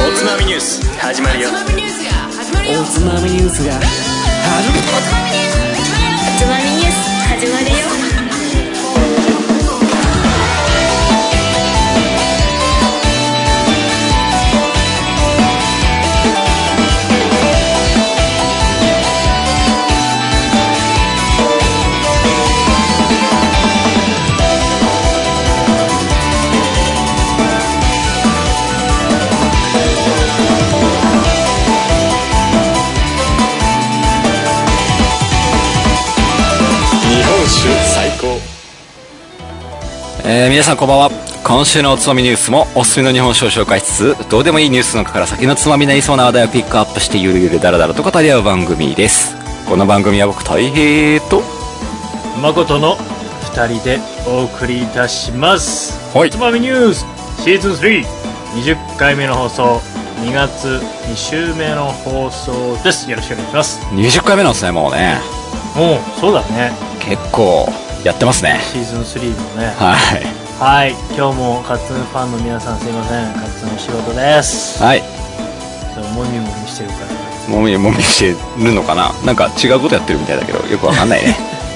つまみニュース始まるよ。 おつまみニュースが始まるよ。 おつまみニュースが始まるよ。 おつまみニュース始まるよ。 最高。 皆さんこんばんは。今週のおつまみニュースもおすすめの日本酒を紹介しつつ、どうでもいいニュースの中から先のつまみになりそうな話題をピックアップしてゆるゆるだらだらと語り合う番組です。この番組は僕たい平と誠の2人でお送りいたします。 はい、 おつまみニュースシーズン3 20回目の放送、2月2週目の放送です。よろしくお願いします。 20回目なんですね。もうね、 もうそうだね、 結構やってますね。 シーズン3もね。 はいはい、今日もカッツンファンの皆さんすいません、カッツンの仕事です。 はい。 そう、もみもみしてるからもみもみしてるのかな。なんか違うことやってるみたいだけどよくわかんないね。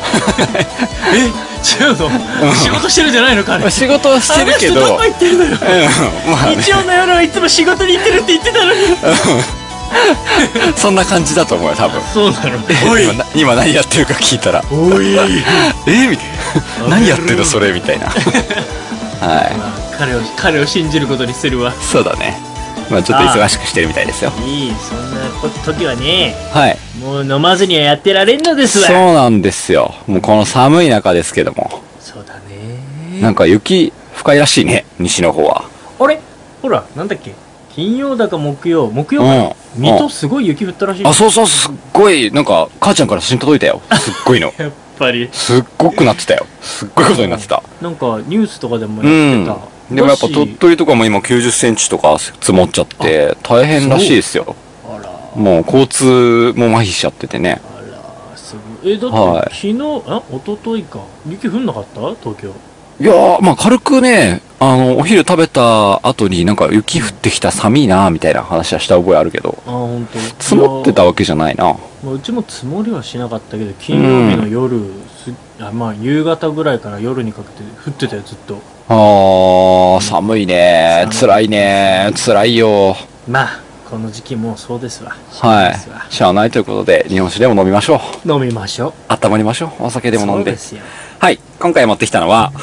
違うの仕事してるんじゃないの彼。 仕事はしてるけど、 あの人どこ行ってるのよ。 まあね、 日曜の夜はいつも仕事に行ってるって言ってたのに。 そんな感じだと思うよ多分。 そうなの。おい、 今何やってるか聞いたら、 おい、 みたいな、何やってんのそれみたいな。はい、 まあ、彼を信じることにするわ。 そうだね。まあちょっと忙しくしてるみたいですよ。 いい、そんな時はね、 はい、 もう飲まずにはやってられんのですわ。 そうなんですよ。もうこの寒い中ですけども、 そうだね。 なんか雪深いらしいね、西の方は。 あれ、ほら、なんだっけ、金曜だか木曜かな、水戸すごい雪降ったらしい。 あ、そうそう、すっごい、なんか母ちゃんから写真届いたよ。すっごいの。 やっぱりすっごくなってたよ。すっごいことになってた。 なんかニュースとかでもやってた。 でもやっぱ鳥取とかも今90センチとか積もっちゃって大変らしいですよ。 あら、 もう交通も麻痺しちゃっててね。 あら、すごい。だって、 はい、 昨日、一昨日か、雪降んなかった東京。 いやー、まあ軽くね、お昼食べた後になんか雪降ってきた、寒いなーみたいな話はした覚えあるけど、 あ、本当。 積もってたわけじゃないな。 まあ、うちも積もりはしなかったけど、金曜日の夜、まあ夕方ぐらいから夜にかけて降ってたよ、ずっと。 あー、寒いねー、辛いねー、辛いよ。 まあこの時期もそうですわ。 はい、しゃあないということで日本酒でも飲みましょう。 飲みましょう。 温まりましょう。お酒でも飲んで。 そうですよ。 はい、今回持ってきたのは、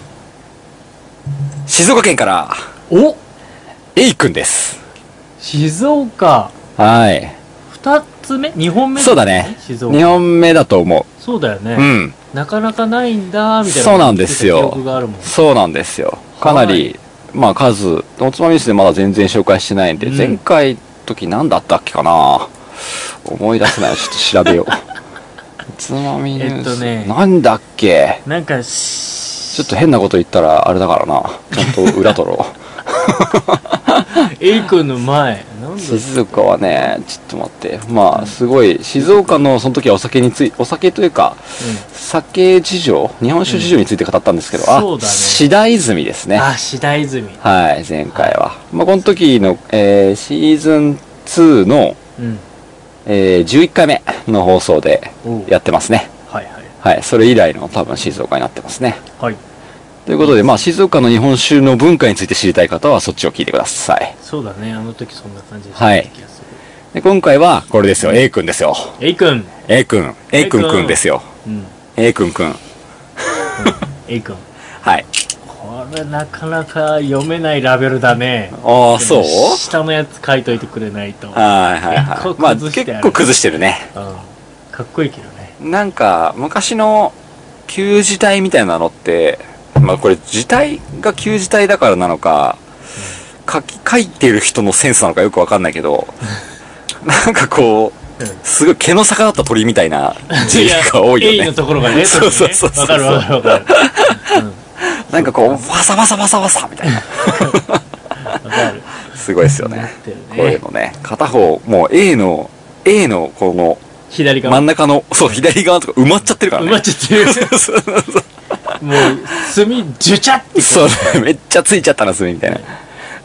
静岡県からお、 エイくんです。 静岡はい、 2つ目、2本目、 そうだね、 静岡 2本目だと思う。 そうだよね、 うん、 なかなかないんだみたいな。 そうなんですよ。 記憶があるもん。 そうなんですよ。かなり、まあ数、おつまみニュースでまだ全然紹介してないんで、前回の時何だったっけかな、思い出せない。ちょっと調べよう。おつまみニュース、なんだっけ。 なんかちょっと変なこと言ったらあれだからな、ちゃんと裏取ろう。 エイ君の前なんだ。 静岡はね、ちょっと待って、まあすごい静岡のその時はお酒というか、酒事情、日本酒事情について語ったんですけど、 そうだね、 志田泉ですね。 あ、志田泉。 はい、前回は、まあこの時の、シーズン2の、11回目の放送でやってますね。 はいはいはい、それ以来の多分静岡になってますね。 はい。 ということで、まあ静岡の日本酒の文化について知りたい方はそっちを聞いてください。 そうだね、あの時そんな感じでした。 はい。で今回はこれですよ、A 君ですよ。 A 君くんですよ。A 君くん。 A 君。 はい。 これなかなか読めないラベルだね。 ああ、そう？ 下のやつ書いといてくれないと。 はいはいはい。まあ結構崩してるね。 かっこいいけどね。なんか昔の旧字体みたいなのって、まあこれ字体が旧字体だからなのか、書いてる人のセンスなのかよくわかんないけど、なんかこう、すごい毛の逆立った鳥みたいな字が多いよね。 A のところがね。 そうそうそう。 わかるわかるわかる。 なんかこう、わさわさわさわさみたいな。 わかる。 すごいですよね。こういうのね。片方、もう A のこの、 左側。 真ん中の、そう、左側とか埋まっちゃってるからね。 埋まっちゃってる。もう、墨、ジュチャって。 そうね、めっちゃついちゃったな、墨みたいな。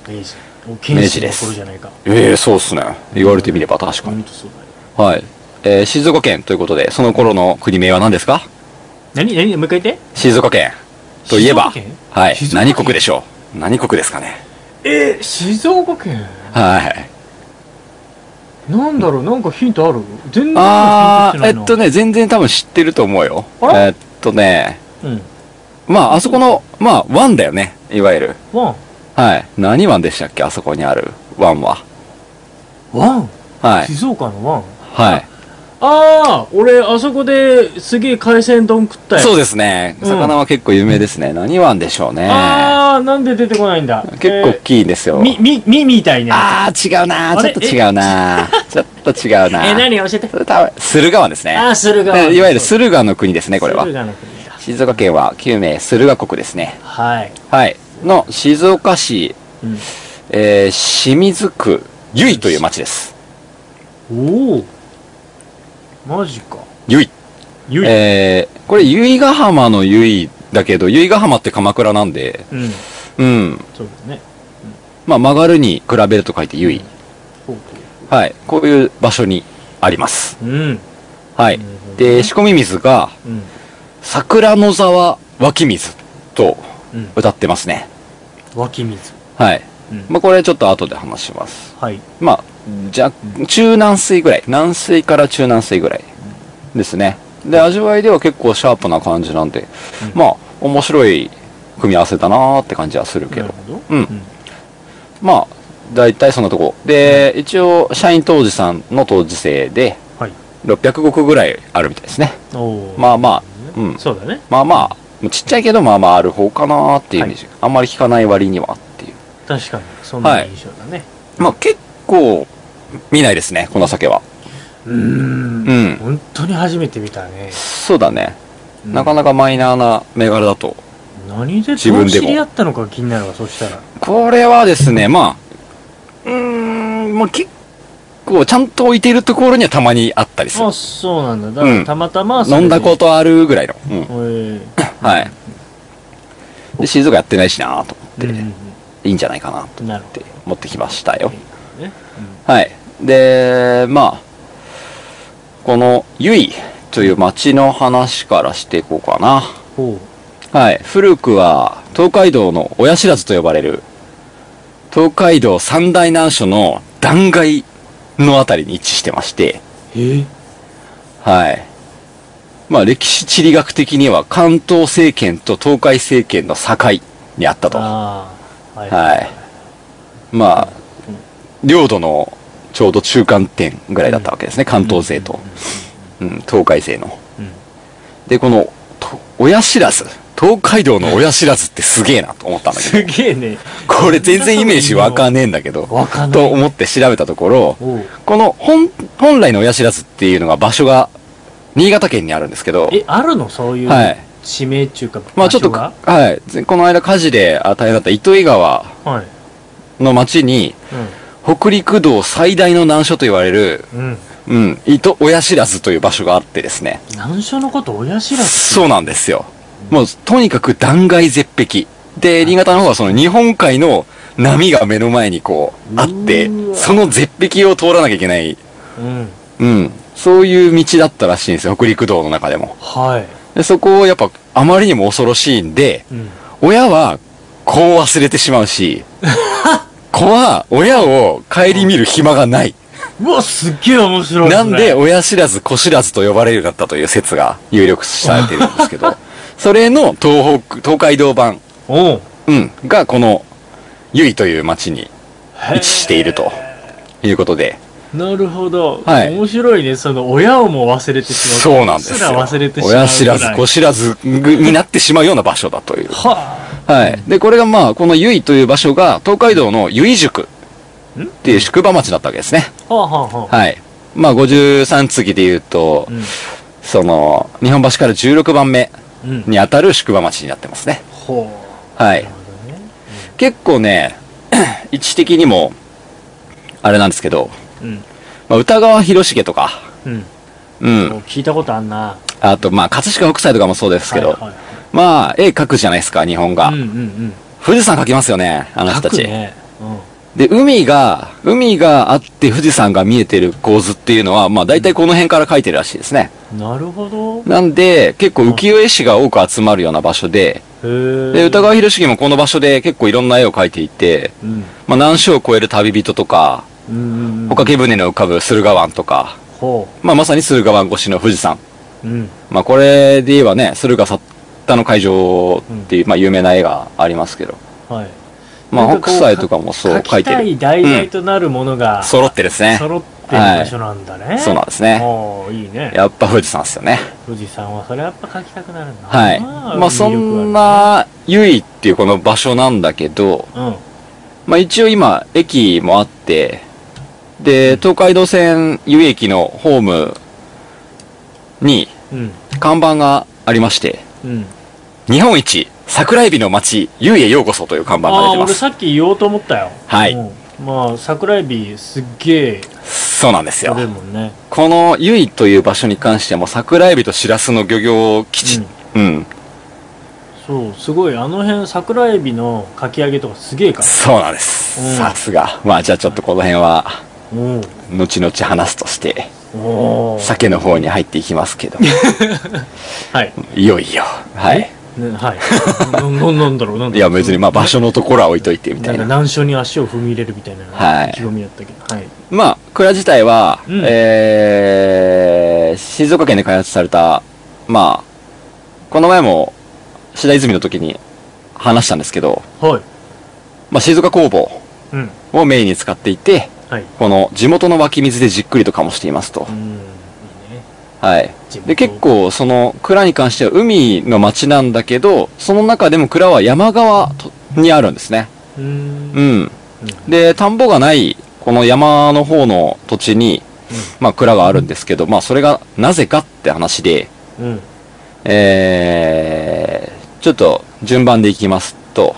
明治。明治です。じゃないか。 そうっすね。言われてみれば確かに。 そうだよ。 はい。静岡県ということで、その頃の国名は何ですか？ 何もう一回言って。 静岡県といえば、はい。 静岡県何国でしょう？何国ですかね？ 静岡県。 はい。 なんだろう、なんかヒントある？全然ヒントしてないな。 全然多分知ってると思うよ。 うん。 まあ、あそこの、まあ、湾だよね。いわゆる。 湾。 はい。何湾でしたっけ？あそこにある湾は。 湾？ はい。 静岡の湾？ はい。 俺、あそこですげえ海鮮丼食ったよ。 そうですね。魚は結構有名ですね。何湾でしょうね。 なんで出てこないんだ。 結構大きいんですよ。 みたいな。 違うな。ちょっと違うな。ちょっと違うな。 何教えて。 駿河湾ですね。 駿河湾。 いわゆる駿河の国ですね、これは。 駿河の国だ。 静岡県は旧名駿河国ですね。 はい。 はい。の静岡市、清水区由比という町です。 おお。マジか。 由比。これ由比ヶ浜の由比だけど、由比ヶ浜って鎌倉なんで、そうですね。 まあ曲がるに比べると書いて由比。はい。こういう場所にあります。はい。で、仕込み水が、桜の沢湧き水と歌ってますね。 湧き水。 はい。まあこれちょっと後で話します。 はい。 まあ、中軟水ぐらい。軟水から中軟水ぐらいですね。で、味わいでは結構シャープな感じなんで、まあ、面白い組み合わせだなーって感じはするけど。まあ、だいたいそんなとこ。で、一応、社員当時さんの当時制で、600石ぐらいあるみたいですね。まあまあ、 そうだね。 まあまあ、ちっちゃいけどまあまあある方かなーっていうイメージ。あんまり聞かない割にはっていう。 確かに、そんな印象だね。 まあ結構、見ないですね、この酒は。 本当に初めて見たね。 そうだね。なかなかマイナーな銘柄だと。 何でどう知り合ったのか気になるわ、そしたら。 これはですね、まあ、まあ結構ちゃんと置いているところにはたまにあったりする。 そうなんだ。だからたまたま飲んだことあるぐらいの。はい。で、静岡やってないしなと思って、いいんじゃないかなと思って持ってきましたよ。はい。で、まあ、この由比という町の話からしていこうかな。はい。古くは東海道の親知らずと呼ばれる東海道三大難所の断崖のあたりに位置してまして。はい。まあ歴史地理学的には関東政権と東海政権の境にあったと。はい。まあ、領土のちょうど中間点ぐらいだったわけですね。関東勢と、東海勢の。で、この、親知らず。東海道の親知らずってすげえなと思ったんだけど。 すげえね。 これ全然イメージわかんねえんだけど。と思って調べたところ、この本来の親知らずっていうのが場所が新潟県にあるんですけど。 あるのそういう地名っていうかまあちょっと、はい。この間火事で大変だった糸魚川の町に、北陸道最大の難所と言われる、親知らずという場所があってですね。 難所のこと親知らず？ そうなんですよ。もう、とにかく断崖絶壁。で、新潟の方はその日本海の波が目の前にこう、あって、その絶壁を通らなきゃいけない。そういう道だったらしいんですよ、北陸道の中でも。で、そこをやっぱ、あまりにも恐ろしいんで、親は、子を忘れてしまうし、子は親を顧みる暇がない。 うわ、すっげえ面白いですね。 なんで、親知らず、子知らずと呼ばれるようになったという説が有力視されているんですけど、それの東海道版、がこの、由比という町に位置しているということで。 なるほど。面白いね。その、親をも忘れてしまう。 そうなんですよ。 忘れてしまう。 親知らず、子知らずになってしまうような場所だという。で、これがまあ、この由比という場所が、東海道の由比宿っていう宿場町だったわけですね。はい。まあ、53次で言うと、その、日本橋から16番目に当たる宿場町になってますね。はい。結構ね、位置的にも、あれなんですけど、まあ、歌川広重とか、 聞いたことあんな。 あと、まあ、葛飾北斎とかもそうですけど、まあ、絵描くじゃないですか、日本が。富士山描きますよね、あの人たち。 で、海があって富士山が見えてる構図っていうのは、まあ大体この辺から描いてるらしいですね。 なるほど。 なんで、結構浮世絵師が多く集まるような場所で、で、歌川広重もこの場所で結構いろんな絵を描いていて、まあ何章を超える旅人とか、帆掛け船の浮かぶ駿河湾とか、まあまさに駿河湾越しの富士山。まあこれで言えばね、駿河サッタの海上っていう、まあ有名な絵がありますけど、まあ北斎とかもそう描いてる。 描きたい題材となるものが、 揃ってるですね。 揃ってる場所なんだね。 そうなんですね。 いいね。 やっぱ富士山ですよね。 富士山はそれやっぱ描きたくなるんだ。 はい。まあそんな由比っていうこの場所なんだけど、まあ一応今駅もあって、で、東海道線由比駅のホームに看板がありまして、日本一桜エビの町由比へようこそという看板が出てます。 俺さっき言おうと思ったよ。 はい。 まあ桜エビすっげえそうなんですよ。 取れるもんね。 この由比という場所に関しても桜エビとシラスの漁業基地、 そうすごいあの辺桜エビのかき揚げとかすげえから。 そうなんです。さすが。まあじゃあちょっとこの辺は後々話すとして、酒の方に入っていきますけど。 はい。 いよいよ。はい。 はい。なんだろう。 いや別にまあ場所のところは置いといてみたいな。 なんか難所に足を踏み入れるみたいな意気込みやったけど。はい。 まあ蔵自体は静岡県で開発された、まあこの前も志田泉の時に話したんですけど、まあ静岡工房をメインに使っていて、この地元の湧き水でじっくりと醸していますと。はい。で、結構、その、蔵に関しては海の町なんだけど、その中でも蔵は山側にあるんですね。で、田んぼがない、この山の方の土地に、まあ、蔵があるんですけど、まあ、それがなぜかって話で、ちょっと順番でいきますと、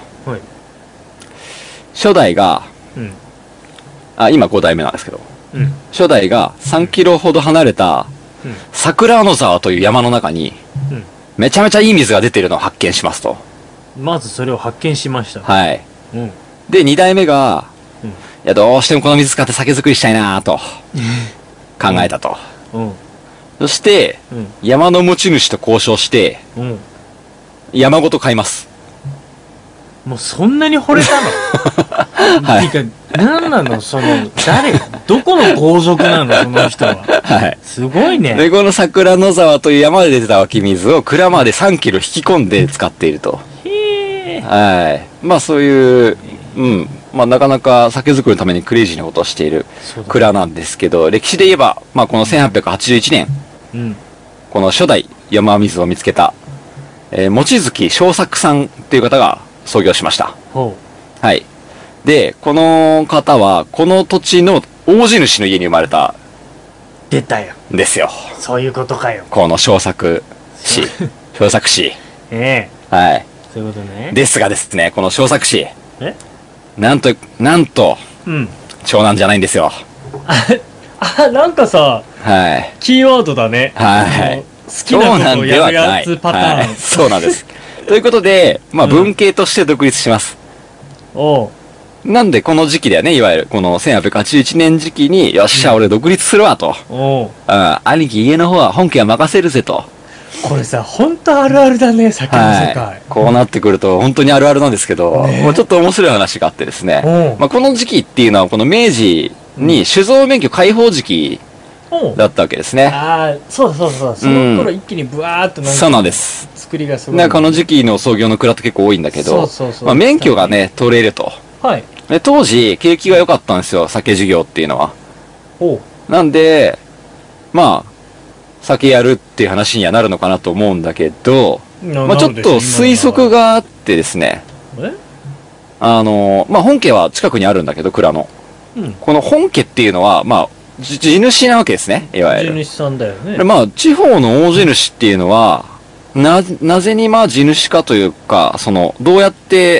初代が、今5代目なんですけど、初代が3キロほど離れた、桜野沢という山の中に、めちゃめちゃいい水が出てるのを発見しますと。 まずそれを発見しました。 はい。で、2代目が、いや、どうしてもこの水使って酒造りしたいなと、考えたと。そして、山の持ち主と交渉して、山ごと買います。 もうそんなに惚れたのはい。てか、なんなのどこの皇族なのその人は。はい。すごいね。 で、この桜野沢という山で出てた湧き水を蔵まで3キロ引き込んで使っていると。 へー。 はい。まあそういう、まあなかなか酒造りのためにクレイジーなことをしている蔵なんですけど、歴史で言えば、まあこの1881年、この初代山水を見つけた、望月正作さんっていう方が創業しました。はい。で、この方は、この土地の大地主の家に生まれた。 出たよ。 ですよ。 そういうことかよ。 この正作氏。正作氏。はい。 そういうことね。 ですがですね、この正作氏。なんと、長男じゃないんですよ。 なんかさ、 はい。 キーワードだね。 はい。 好きなことをやるやつパターン。 そうなんです。ということで、まあ文系として独立します。なんでこの時期だよね、いわゆる。この1881年時期に、よっしゃ、俺独立するわと。兄貴家の方は本家は任せるぜと。 これさ、ほんとあるあるだね、酒の世界。 こうなってくると本当にあるあるなんですけど、もうちょっと面白い話があってですね。まあこの時期っていうのは、この明治に酒造免許開放時期だったわけですね。 そうそう。その頃一気にブワーっとそうなんです。 作りがすごい。 この時期の創業の蔵って結構多いんだけど、まあ免許がね、取れると。で当時、景気が良かったんですよ、酒事業っていうのは。なんで、まあ、酒やるっていう話にはなるのかなと思うんだけど、まあちょっと推測があってですね、まあ本家は近くにあるんだけど、蔵の。この本家っていうのは、まあ、地主なわけですね、いわゆる。 地主さんだよね。 まあ、地方の大地主っていうのは、なぜにまあ地主かというか、どうやって、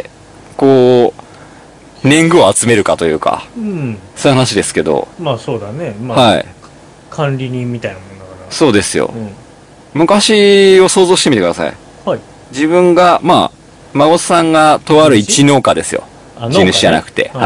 こう、年貢を集めるかというか、そういう話ですけど。 まあそうだね。まあ、管理人みたいなもんだから。 そうですよ。昔を想像してみてください。自分が、まあ、孫さんがとある一農家ですよ。地主じゃなくて。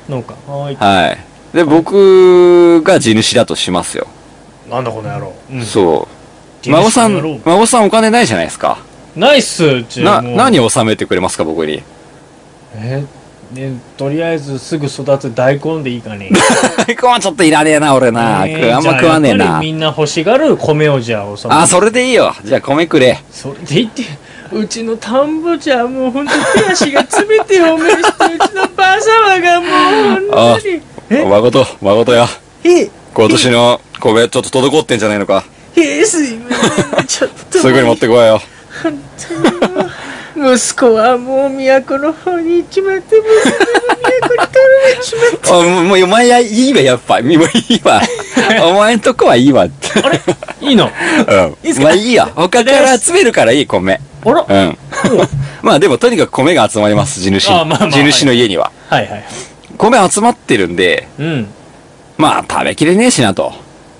農家。はーい。 はい。で、僕が地主だとしますよ。 なんだこの野郎。うん。 そう。 地主の野郎孫さんお金ないじゃないですか。 ナイスうちもう何を納めてくれますか、僕に。 ね、とりあえずすぐ育つ大根でいいかね。 大根はちょっといらねえな、俺な。あんま食わねえな。 じゃあやっぱりみんな欲しがる米をじゃあおさめ。 あ、それでいいよ。じゃあ米くれ。 それでいいって、うちの田んぼじゃもうほんと手足が冷ておめえして、うちのばあ様がもうほんとに。 誠よ。 え、 今年の米ちょっと滞ってんじゃないのか。 すいません、ちょっと。 すぐに持ってこいよ。 本当にもう息子はもう都の方に行っちまって、娘も都に帰られちまって。 もうお前いいわ、やっぱ。もういいわ。お前んとこはいいわ。 あれいいのうん。まあいいよ。他から集めるからいい、米。 あらうん。まあでもとにかく米が集まります、地主。地主の家には。 はいはいはい。 米集まってるんで、 うん。 まあ食べきれねえしなと。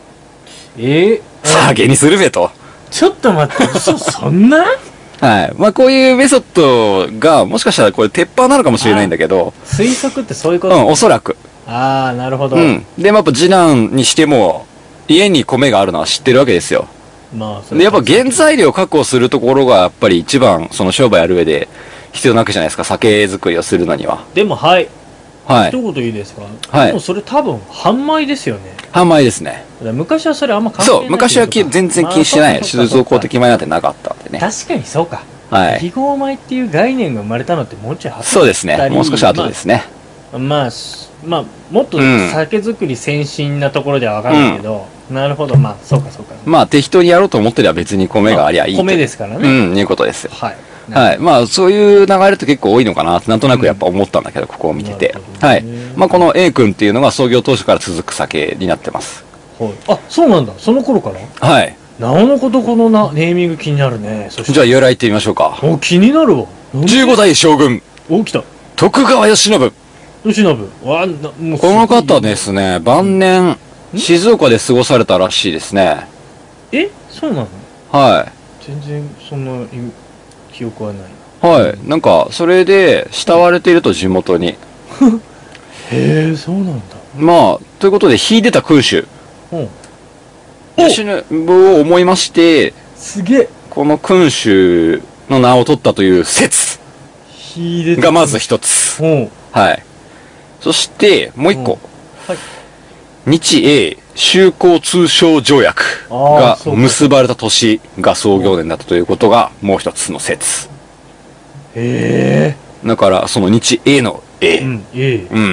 酒にするべと。 ちょっと待って、そんなはい。まあこういうメソッドが、もしかしたらこれ鉄板なのかもしれないんだけど。 推測ってそういうこと？ うん、おそらく。 ああ、なるほど。 うん。で、まあやっぱ次男にしても、家に米があるのは知ってるわけですよ。 まあ、 で、やっぱ原材料を確保するところが、やっぱり一番、その商売やる上で必要なわけじゃないですか。酒造りをするのには。 でも、はい。 はい。 一言いいですか？ はい。 でもそれ多分、販売ですよね。 販売ですね。 昔はそれあんま関係ない。 そう、昔は全然気にしてない。酒造公的米なんてなかったんでね。 確かにそうか。 はい。 記号米っていう概念が生まれたのってもうちょい後そうですね。もう少し後ですね。 まあ、もっと酒造り先進なところでは分かんないけど、なるほど、まあ、そうかそうか。 まあ、適当にやろうと思ってれば別に米がありゃいい。 米ですからね。 うん、いうことですよ。 はい。 はい。まあ、そういう流れって結構多いのかなって、なんとなくやっぱ思ったんだけど、ここを見てて。はい。まあ、この A 君っていうのが創業当初から続く酒になってます。 はい。あ、そうなんだ。その頃からはい。 なおのことこのネーミング気になるね。 じゃあ由来ってみましょうか。 お、気になるわ。 15代将軍。 お、来た。 徳川慶喜。 慶喜。わ、もうこの方ですね、晩年、静岡で過ごされたらしいですね。 そうなの？ はい。 全然、そんな記憶はない。 はい。なんか、それで、慕われていると地元に。 へえ、そうなんだ。 まあ、ということで、秀でた君主。 うん。 慶喜を思いまして、 すげえ。 この君主の名を取ったという説がまず一つ。はい。そして、もう一個。 はい。 日英修好通商条約が結ばれた年が創業年だったということがもう一つの説。 へえ。 だから、その日英の英。 うん、英。 うん。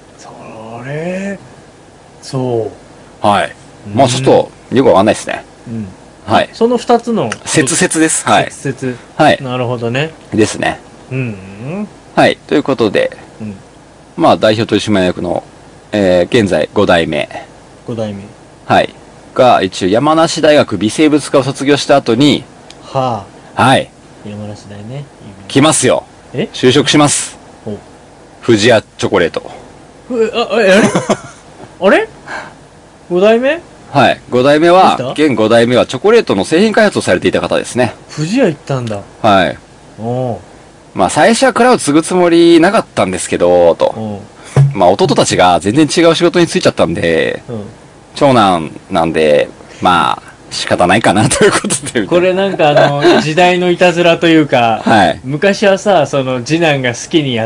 そう。 はい。まあちょっと、よくわかんないですね。 うん。 はい。 その二つの。 説です。はい。 説。 はい。 なるほどね。 ですね。 うん。 はい。ということで、まあ代表取締役の、現在5代目。 5代目。 はい。が、一応山梨大学微生物科を卒業した後に、 はあ。はい。 山梨大ね。 来ますよ。就職します。富士屋チョコレート。 あれ ?5 代目？ はい。5代目は、現5代目はチョコレートの製品開発をされていた方ですね。 富士屋行ったんだ。 はい。まあ最初は蔵を継ぐつもりなかったんですけど、と。まあ弟たちが全然違う仕事に就いちゃったんで、長男なんで、まあ仕方ないかなということで。 これなんか時代のいたずらというか、 はい。 昔はさ、その次男が好きにやって、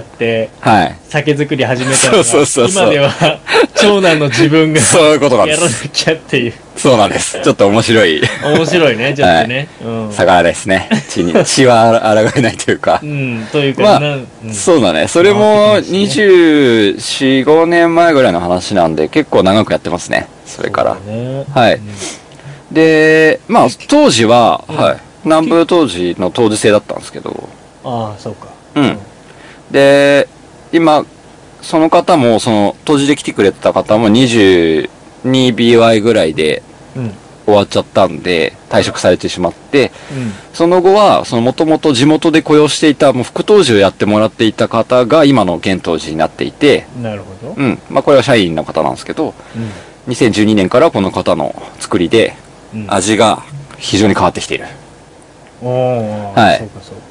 はい。 酒造り始めたのが、 そう今では長男の自分がそういうことなんです。 やらなきゃっていう。 そうなんです。ちょっと面白い。 面白いね、ちょっとね。 逆らえないですね。血は抗えないというか。 うん、というか、 まあ、そうだね。それも24、5年前ぐらいの話なんで、結構長くやってますね。それから。はい。で、まあ、当時は、はい。南部当時の当時制だったんですけど。 ああ、そうか。 うん。で、今、その方も、その、当時で来てくれた方も 22BY ぐらいで終わっちゃったんで、退職されてしまって、その後は、その、もともと地元で雇用していた、もう副当時をやってもらっていた方が今の現当時になっていて、 なるほど。 うん。まあ、これは社員の方なんですけど、2012年からこの方の作りで、味が非常に変わってきている。 はい。そうかそうか。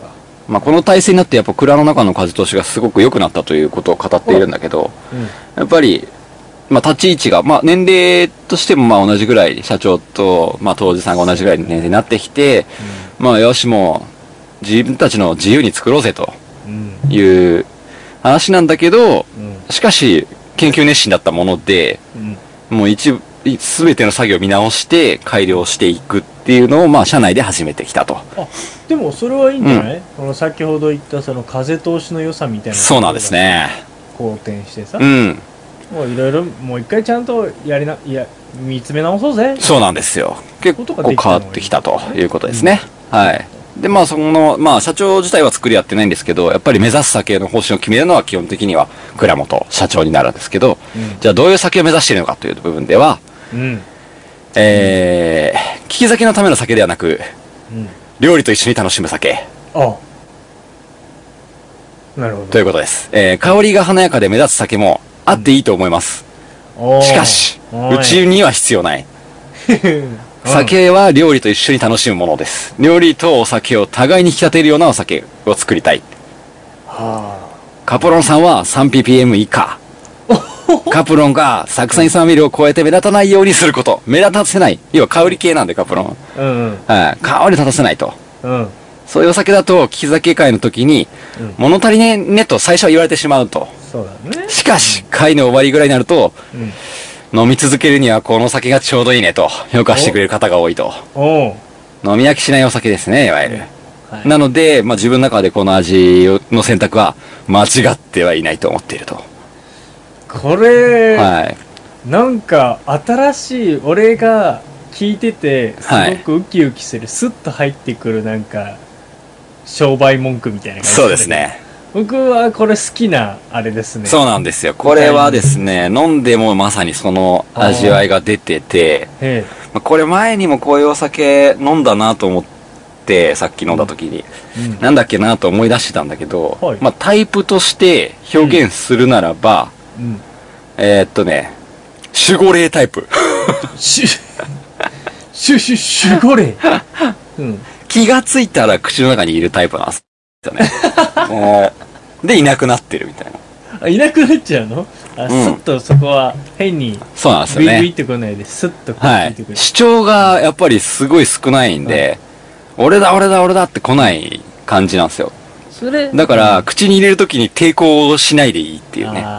まあ、この体制になってやっぱ蔵の中の風通しがすごく良くなったということを語っているんだけど、やっぱり、まあ、立ち位置が、まあ、年齢としてもまあ同じぐらい、社長と、まあ、当時さんが同じぐらいの年齢になってきて、まあ、よしもう、自分たちの自由に作ろうぜという話なんだけど、しかし、研究熱心だったもので、もうすべての作業を見直して改良していくっていうのを、まあ、社内で始めてきたと。 あ、でもそれはいいんじゃない？この先ほど言ったその風通しの良さみたいな。 そうなんですね。 好転してさ。 うん。 もういろいろ、もう一回ちゃんと見つめ直そうぜ。 そうなんですよ。結構変わってきたということですね。はい。で、まあ、まあ、社長自体は作りやってないんですけど、やっぱり目指す酒の方針を決めるのは基本的には倉本社長になるんですけど、じゃあどういう酒を目指しているのかという部分では、利き酒のための酒ではなく、料理と一緒に楽しむ酒。 あ、なるほど。 ということです。香りが華やかで目立つ酒もあっていいと思います。しかし、うちには必要ない。酒は料理と一緒に楽しむものです。料理とお酒を互いに引き立てるようなお酒を作りたい。カプロンさんは 3ppm 以下。カプロンが酢酸イ酸ミルを超えて目立たないようにすること。目立たせない。要は香り系なんで、カプロン。香り立たせないと。そういうお酒だと、利き酒会の時に、物足りねえねと最初は言われてしまうと。 そうだね。 しかし、会の終わりぐらいになると、飲み続けるにはこの酒がちょうどいいねと評価してくれる方が多いと。飲み飽きしないお酒ですね、いわゆる。なので、まあ、自分の中でこの味の選択は間違ってはいないと思っていると。 これ、なんか新しい、俺が聞いててすごくウキウキする、スッと入ってくるなんか商売文句みたいな感じ。 そうですね。 僕はこれ好きなあれですね。 そうなんですよ。これはですね、飲んでもまさにその味わいが出てて、これ前にもこういうお酒飲んだなと思って、さっき飲んだ時に、なんだっけなと思い出してたんだけど、まあタイプとして表現するならば、守護霊タイプ。 守護霊。 気がついたら口の中にいるタイプなんですよね。で、いなくなってるみたいな。 いなくなっちゃうの？スッとそこは変にそうなんですよね。 ビビってこないでスッとこうてくる。主張がやっぱりすごい少ないんで、俺だって来ない感じなんですよ。だから、口に入れるときに抵抗しないでいいっていうね。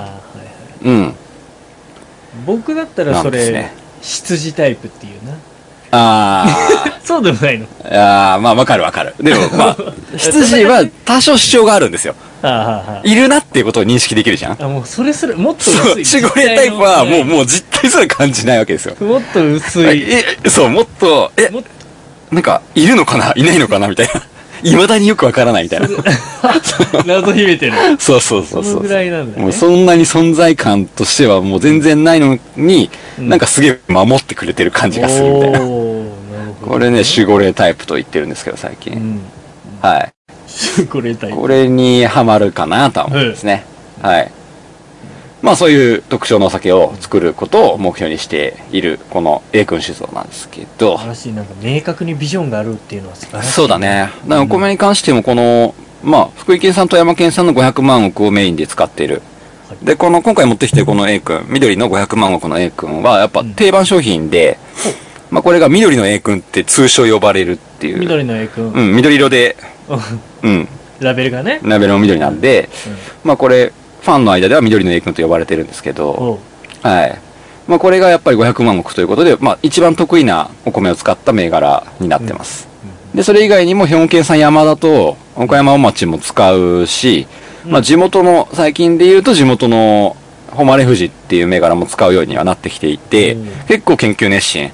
僕だったらそれ、羊タイプっていうな。そうでもないの？ まあわかる。でもまあ、羊は多少主張があるんですよ。いるなっていうことを認識できるじゃん。 もうそれする、もっと薄い。 守護霊タイプはもう実体すら感じないわけですよ。 もっと薄い。 そう、もっと、なんか、いるのかないないのかなみたいな。未だによくわからないみたいな。 謎秘めてる。 そう。そのぐらいなんだね。 もうそんなに存在感としてはもう全然ないのに、なんかすげえ守ってくれてる感じがするみたいな。これね、守護霊タイプと言ってるんですけど、最近。はい。 守護霊タイプ。 これにハマるかなとは思うんですね。はい。まあそういう特徴のお酒を作ることを目標にしている、この A 君酒造なんですけど。 素晴らしい、なんか明確にビジョンがあるっていうのは素晴らしい。 そうだね。だからお米に関してもこの、まあ福井県産と山県産の500万石をメインで使っている。で、今回持ってきてるこの A 君、緑の500万石の A 君はやっぱ定番商品で、まあこれが緑の A 君って通称呼ばれるっていう。 緑の A 君。 緑色で、 ラベルがね。 ラベルも緑なんで、まあこれ、ファンの間では緑の A 君と呼ばれてるんですけど、はい。まあこれがやっぱり500万石ということで、まあ一番得意なお米を使った銘柄になってます。で、それ以外にも兵庫県産山田と岡山お町も使うし、まあ地元の、最近で言うと地元の誉富士っていう銘柄も使うようにはなってきていて、結構研究熱心。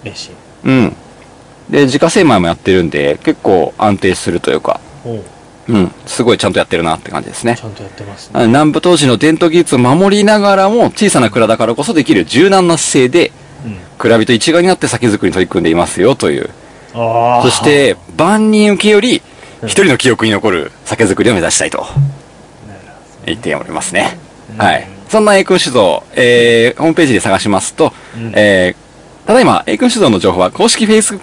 で、自家精米もやってるんで、結構安定するというか、すごいちゃんとやってるなって感じですね。 ちゃんとやってますね。 南部当時の伝統技術を守りながらも、小さな蔵だからこそできる柔軟な姿勢で、蔵人一丸になって酒造りに取り組んでいますよという。そして、万人受けより、一人の記憶に残る酒造りを目指したいと、言っておりますね。はい。そんな A 君酒造、ホームページで探しますと、ただいま A 君酒造の情報は公式Facebook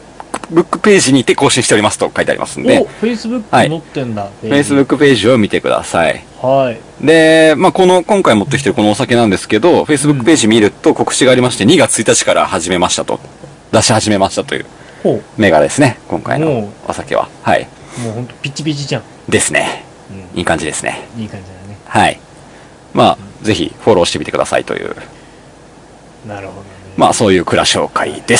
Facebook ページにて更新しておりますと書いてありますんで。 お、Facebook 載ってんだ。 Facebook ページを見てください。 はい。 で、まあ、今回持ってきてるこのお酒なんですけど、Facebook ページ見ると告知がありまして、2月1日から始めましたと。出し始めましたという銘柄ですね。今回のお酒は。はい。 もうほんとピチピチじゃん。 ですね。いい感じですね。 いい感じだね。 はい。まあ、ぜひフォローしてみてくださいという。 なるほどね。 まあ、そういう蔵紹介です。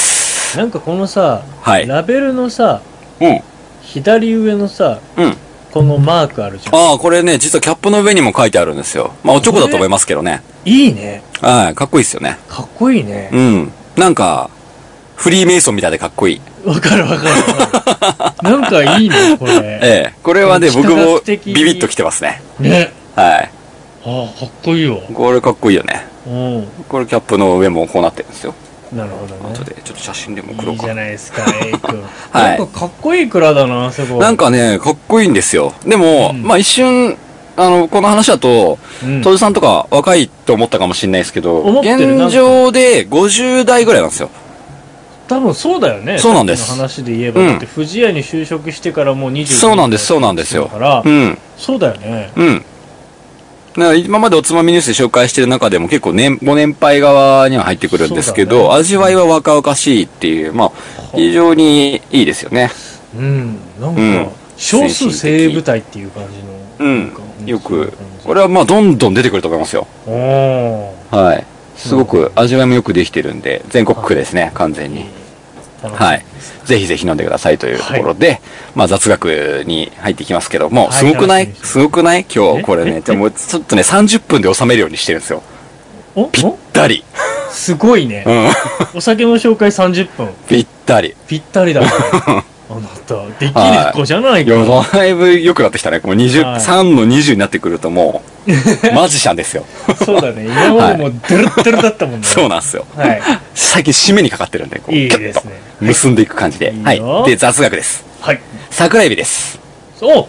なんかこのさ、 はい、 ラベルのさ、 うん。 左上のさ、 うん。 このマークあるじゃん。 ああ、これね、実はキャップの上にも書いてあるんですよ。まあ、おちょこだと思いますけどね。 いいね。 はい、かっこいいですよね。 かっこいいね。 うん。なんか、フリーメイソンみたいでかっこいい。 わかる。なんかいいね、これ。 ええ。これはね、僕もビビッときてますね。 ね。 はい。 ああ、かっこいいわ。 これかっこいいよね。 うん。 これキャップの上もこうなってるんですよ。 なるほどね。 後でちょっと写真でも送ろうか。 いいじゃないですか、エイ君。 はい。 なんかかっこいい蔵だな、すごい。 なんかね、かっこいいんですよ。でも、まあ一瞬、この話だと、トルさんとか若いと思ったかもしれないですけど、現状で50代ぐらいなんですよ。多分そうだよね。 そうなんです。 話で言えば、だって富士屋に就職してからもう20 そうなんですよ。 うん。そうだよね。 うん。今までおつまみニュースで紹介してる中でも結構ご年配側には入ってくるんですけど、味わいは若々しいっていう、まあ、非常にいいですよね。 うん。なんか、少数精鋭部隊っていう感じの。 うん。よく、これはまあ、どんどん出てくると思いますよ。はい。すごく味わいもよくできてるんで、全国区ですね、完全に。はい。ぜひぜひ飲んでくださいというところで、まあ雑学に入っていきますけども、すごくない今日これね、もうちょっとね、30分で収めるようにしてるんですよ。ぴったり。 すごいね。お酒の紹介30分。 ぴったり。 ぴったりだね。あなた、できる子じゃないか。 いや、だいぶ良くなってきたね。もう3の20になってくるともう、マジシャンですよ。 そうだね。今までもうデルッデルだったもんね。 そうなんですよ。最近締めにかかってるんで、こう、 いいですね。 結んでいく感じで。はい。で、雑学です。 はい。 桜エビです。 そう。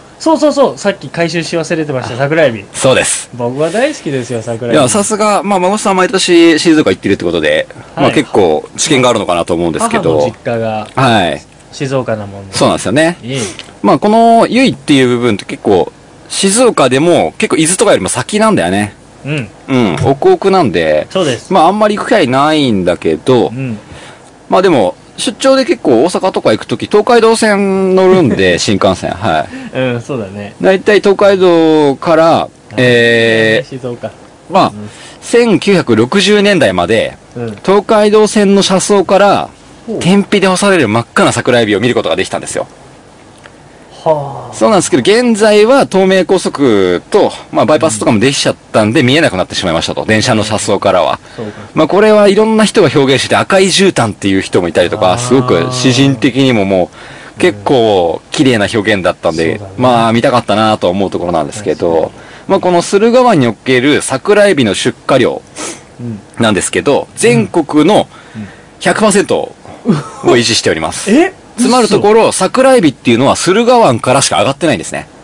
さっき回収し忘れてました、桜エビ。 そうです。 僕は大好きですよ、桜エビ。 いや、さすが、まあ、孫さん毎年静岡行ってるってことで、まあ結構知見があるのかなと思うんですけど。 母の実家が。はい。静岡なもんで。 そうなんですよね。まあこの由比っていう部分って結構、静岡でも結構伊豆とかよりも先なんだよね。奥なんで。 そうです。 まああんまり行く機会ないんだけど、まあでも、出張で結構大阪とか行くとき、東海道線乗るんで、新幹線。はい。 そうだね。 だいたい東海道から、 静岡。 まあ、1960年代まで、東海道線の車窓から、天日で干される真っ赤な桜エビを見ることができたんですよ。そうなんですけど、現在は東名高速と、まあ、バイパスとかもできちゃったんで、見えなくなってしまいましたと。電車の車窓からは。まあ、これはいろんな人が表現してて、赤い絨毯っていう人もいたりとか、すごく詩人的にももう、結構綺麗な表現だったんで、まあ、見たかったなと思うところなんですけど、まあ、この駿河湾における桜エビの出荷量なんですけど、全国の100% を維持しております。つまるところ、桜エビっていうのは駿河湾からしか上がってないんですね。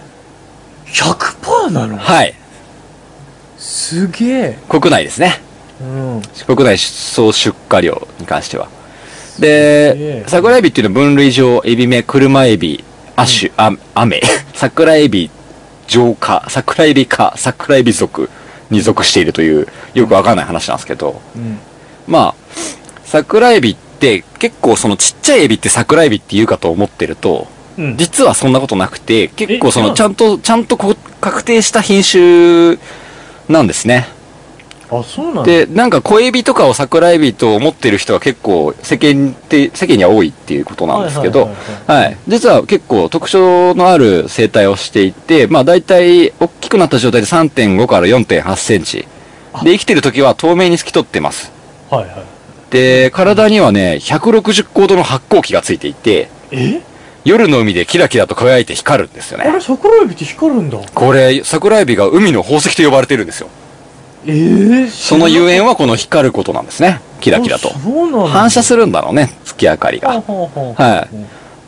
100% なの？ はい。 すげえ。 国内ですね。国内総出荷量に関しては。で、桜エビっていうのは分類上、エビ目、車エビ、アメ、桜エビ、上科、桜エビ科、桜エビ属に属しているという、よくわかんない話なんですけど、まあ、桜エビって結構そのちっちゃいエビって桜エビって言うかと思ってると、実はそんなことなくて、結構そのちゃんと確定した品種なんですね。 そうなんだ。 で、なんか小エビとかを桜エビと思ってる人は結構世間には多いっていうことなんですけど、はい。実は結構特徴のある生態をしていて、まあ大体大きくなった状態で 3.5 から 4.8 センチ。で、生きてる時は透明に透き通ってます。で、体にはね、160光度の発光器がついていて、夜の海でキラキラと輝いて光るんですよね。 あれ、桜エビって光るんだ。 これ、桜エビが海の宝石と呼ばれてるんですよ。そのゆえんはこの光ることなんですね。キラキラと。反射するんだろうね、月明かりが。はい。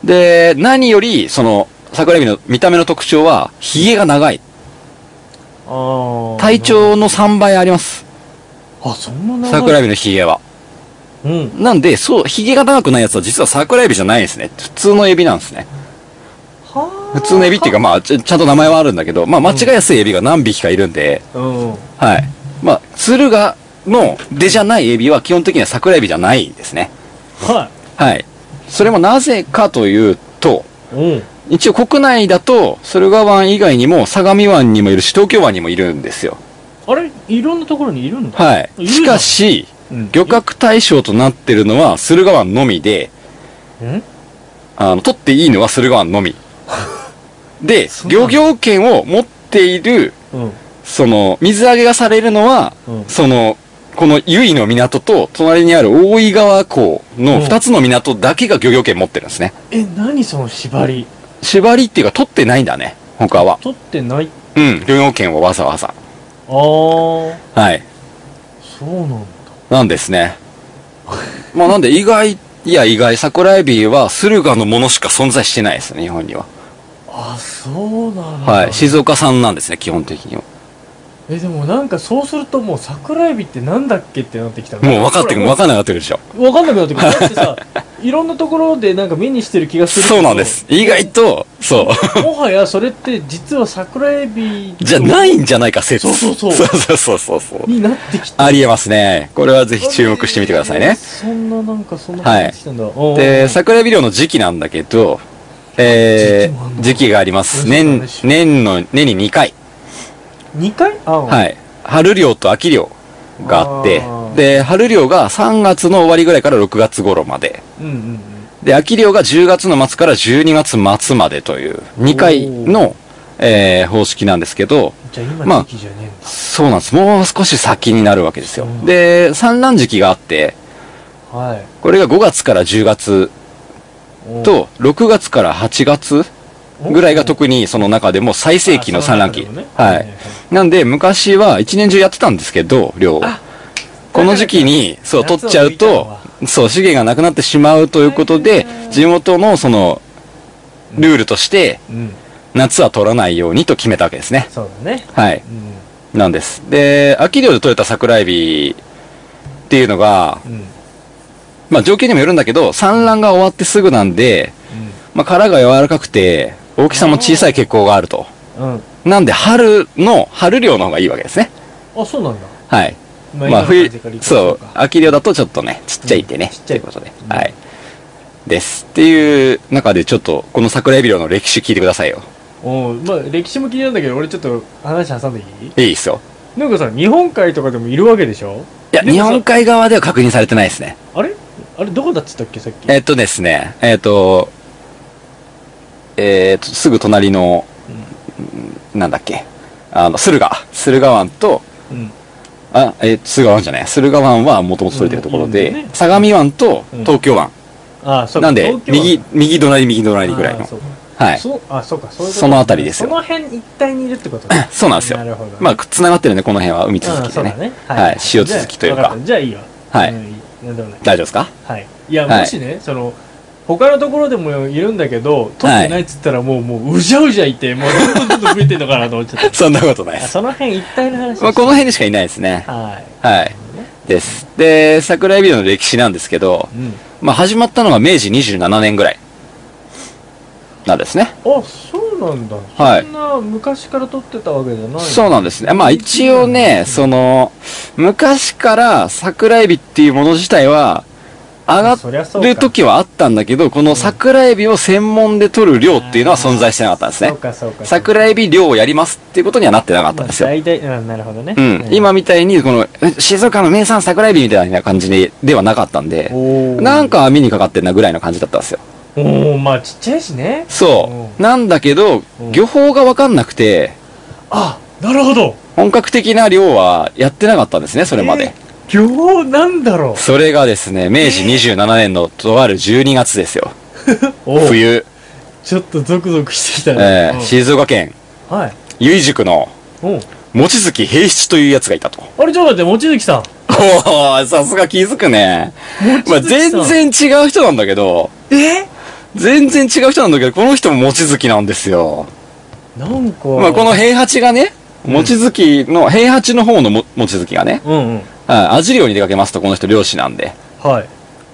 で、何より、その、桜エビの見た目の特徴は、髭が長い。体長の3倍あります。 そんな長い？ 桜エビの髭は。 うん。 なんで、そう、髭が長くないやつは実は桜エビじゃないんですね。普通のエビなんですね。 は普通のエビっていうか、まあ、ちゃんと名前はあるんだけど、まあ、間違いやすいエビが何匹かいるんで、 うん。 はい。まあ、敦賀の出じゃないエビは基本的には桜エビじゃないですね。 ははい。それもなぜかというと、 い。うん。 一応国内だと、駿河湾以外にも相模湾にもいるし、東京湾にもいるんですよ。 あれいろんなところにいるんだ。 はい。 いるじゃんしかし、 うん。 漁獲対象となってるのは駿河湾のみで、 ん取っていいのは駿河湾のみ。で、 そうなんだ漁業権を持っている、 うん。 その、水揚げがされるのは、 うん。 その、この由比の港と隣にある大井川港の2つの港だけが漁業権持ってるんですね。 何その縛り。 縛りっていうか取ってないんだね、他は。 取ってない。 うん、漁業権をわざわざ。 あー。 はい。 そうなんだ。 なんですね。まあなんで意外、桜エビは駿河のものしか存在してないですね、日本には。 あ、そうなんだ。 はい。静岡産なんですね、基本的には。 でもなんかそうするともう桜エビってなんだっけってなってきたもう分かんなくなってるでしょ。 分かんなくなってくる。だってさ、いろんなところでなんか目にしてる気がするけど。 そうなんです。意外と、そう。 もはやそれって実は桜エビじゃないんじゃないか説。 そうそうそう。 になってきた。 ありえますね。これはぜひ注目してみてくださいね。 そんななんかそんな感じしたんだ。 で、桜エビ漁の時期なんだけど、時期があります。年に2回。 2回はい。春漁と秋漁があってあー、 で、春漁が3月の終わりぐらいから6月頃まで。 うんうんうん。 で、秋漁が10月の末から12月末までという2回の、方式なんですけど、 じゃあ今まあ時期じゃねえんだ。 そうなんです。もう少し先になるわけですようん。 で、産卵時期があって、 はい。 これが5月から10月と、6月から8月ぐらいが特にその中でも最盛期の産卵期。はい。なんで、昔は一年中やってたんですけど、漁を。この時期に、そう、取っちゃうと、そう、資源がなくなってしまうということで、地元のその、ルールとして、 うん。 夏は取らないようにと決めたわけですね。 そうだね。 はい。 うん。 なんです。で、秋漁で取れた桜エビっていうのが、 うん。 まあ条件にもよるんだけど、産卵が終わってすぐなんで、まあ殻が柔らかくて、大きさも小さい傾向があると。 うん。 なんで春漁の方がいいわけですね。 あ、そうなんだ。 はい。まあ冬、そう、秋漁だとちょっとね、ちっちゃいってね。 ちっちゃいということで。はい。です。っていう中でちょっと、この桜エビ漁の歴史聞いてくださいよ。 まあ歴史も気になるんだけど、俺ちょっと話挟んでいい？ いいっすよ。 なんかさ、日本海とかでもいるわけでしょ？ いや、日本海側では確認されてないですね。 あれどこだっつったっけさっき。 ですね、すぐ隣の、なんだっけ、駿河湾と、駿河湾じゃない、駿河湾はもともと取れてるところで、相模湾と東京湾。なんで、右隣ぐらいの。はい。 そうか、そういうこと。 そのあたりですよ。 その辺一帯にいるってことね。 そうなんですよ。 なるほど。 まあ、繋がってるんで、この辺は海続きでね。はい。潮続きというか。 じゃあいいわ。 はい。 なんでもない。 大丈夫ですか？ はい。いや、もしね、他のところでもいるんだけど、取ってないっつったらもううじゃうじゃいて、もうどんどん増えてんのかなと思っちゃった。 そんなことないです。 その辺一帯の話。 まあ、この辺でしかいないですね。 はい。 はい。です。で、桜エビ漁の歴史なんですけど、まあ、始まったのが明治27年ぐらい。なんですね。 あ、そうなんだ。 はい。 そんな昔から取ってたわけじゃない。 そうなんですね。まあ一応ね、昔から桜エビっていうもの自体は、上がる時はあったんだけど、この桜エビを専門で取る漁っていうのは存在してなかったんですね。桜エビ漁をやりますっていうことにはなってなかったんですよ。 大体、なるほどね。 うん。今みたいに、この、静岡の名産桜エビみたいな感じではなかったんで、なんか網にかかってんなぐらいの感じだったんですよ。 まあちっちゃいしね。 そう。なんだけど、漁法がわかんなくて、 あ、なるほど。 本格的な漁はやってなかったんですね、それまで。 漁法なんだろう。 それがですね、明治27年のとある12月ですよ。冬。 ちょっとゾクゾクしてきたね。 静岡県、由比宿の、望月平七というやつがいたと。 あれ、ちょっと待って、望月さん。 おー、さすが気づくね。まあ全然違う人なんだけど、全然違う人なんだけど、この人も望月なんですよ。 なんか。 まあこの平八がね、望月の、平八の方の望月がね、アジ漁に出かけますと、この人漁師なんで。 はい。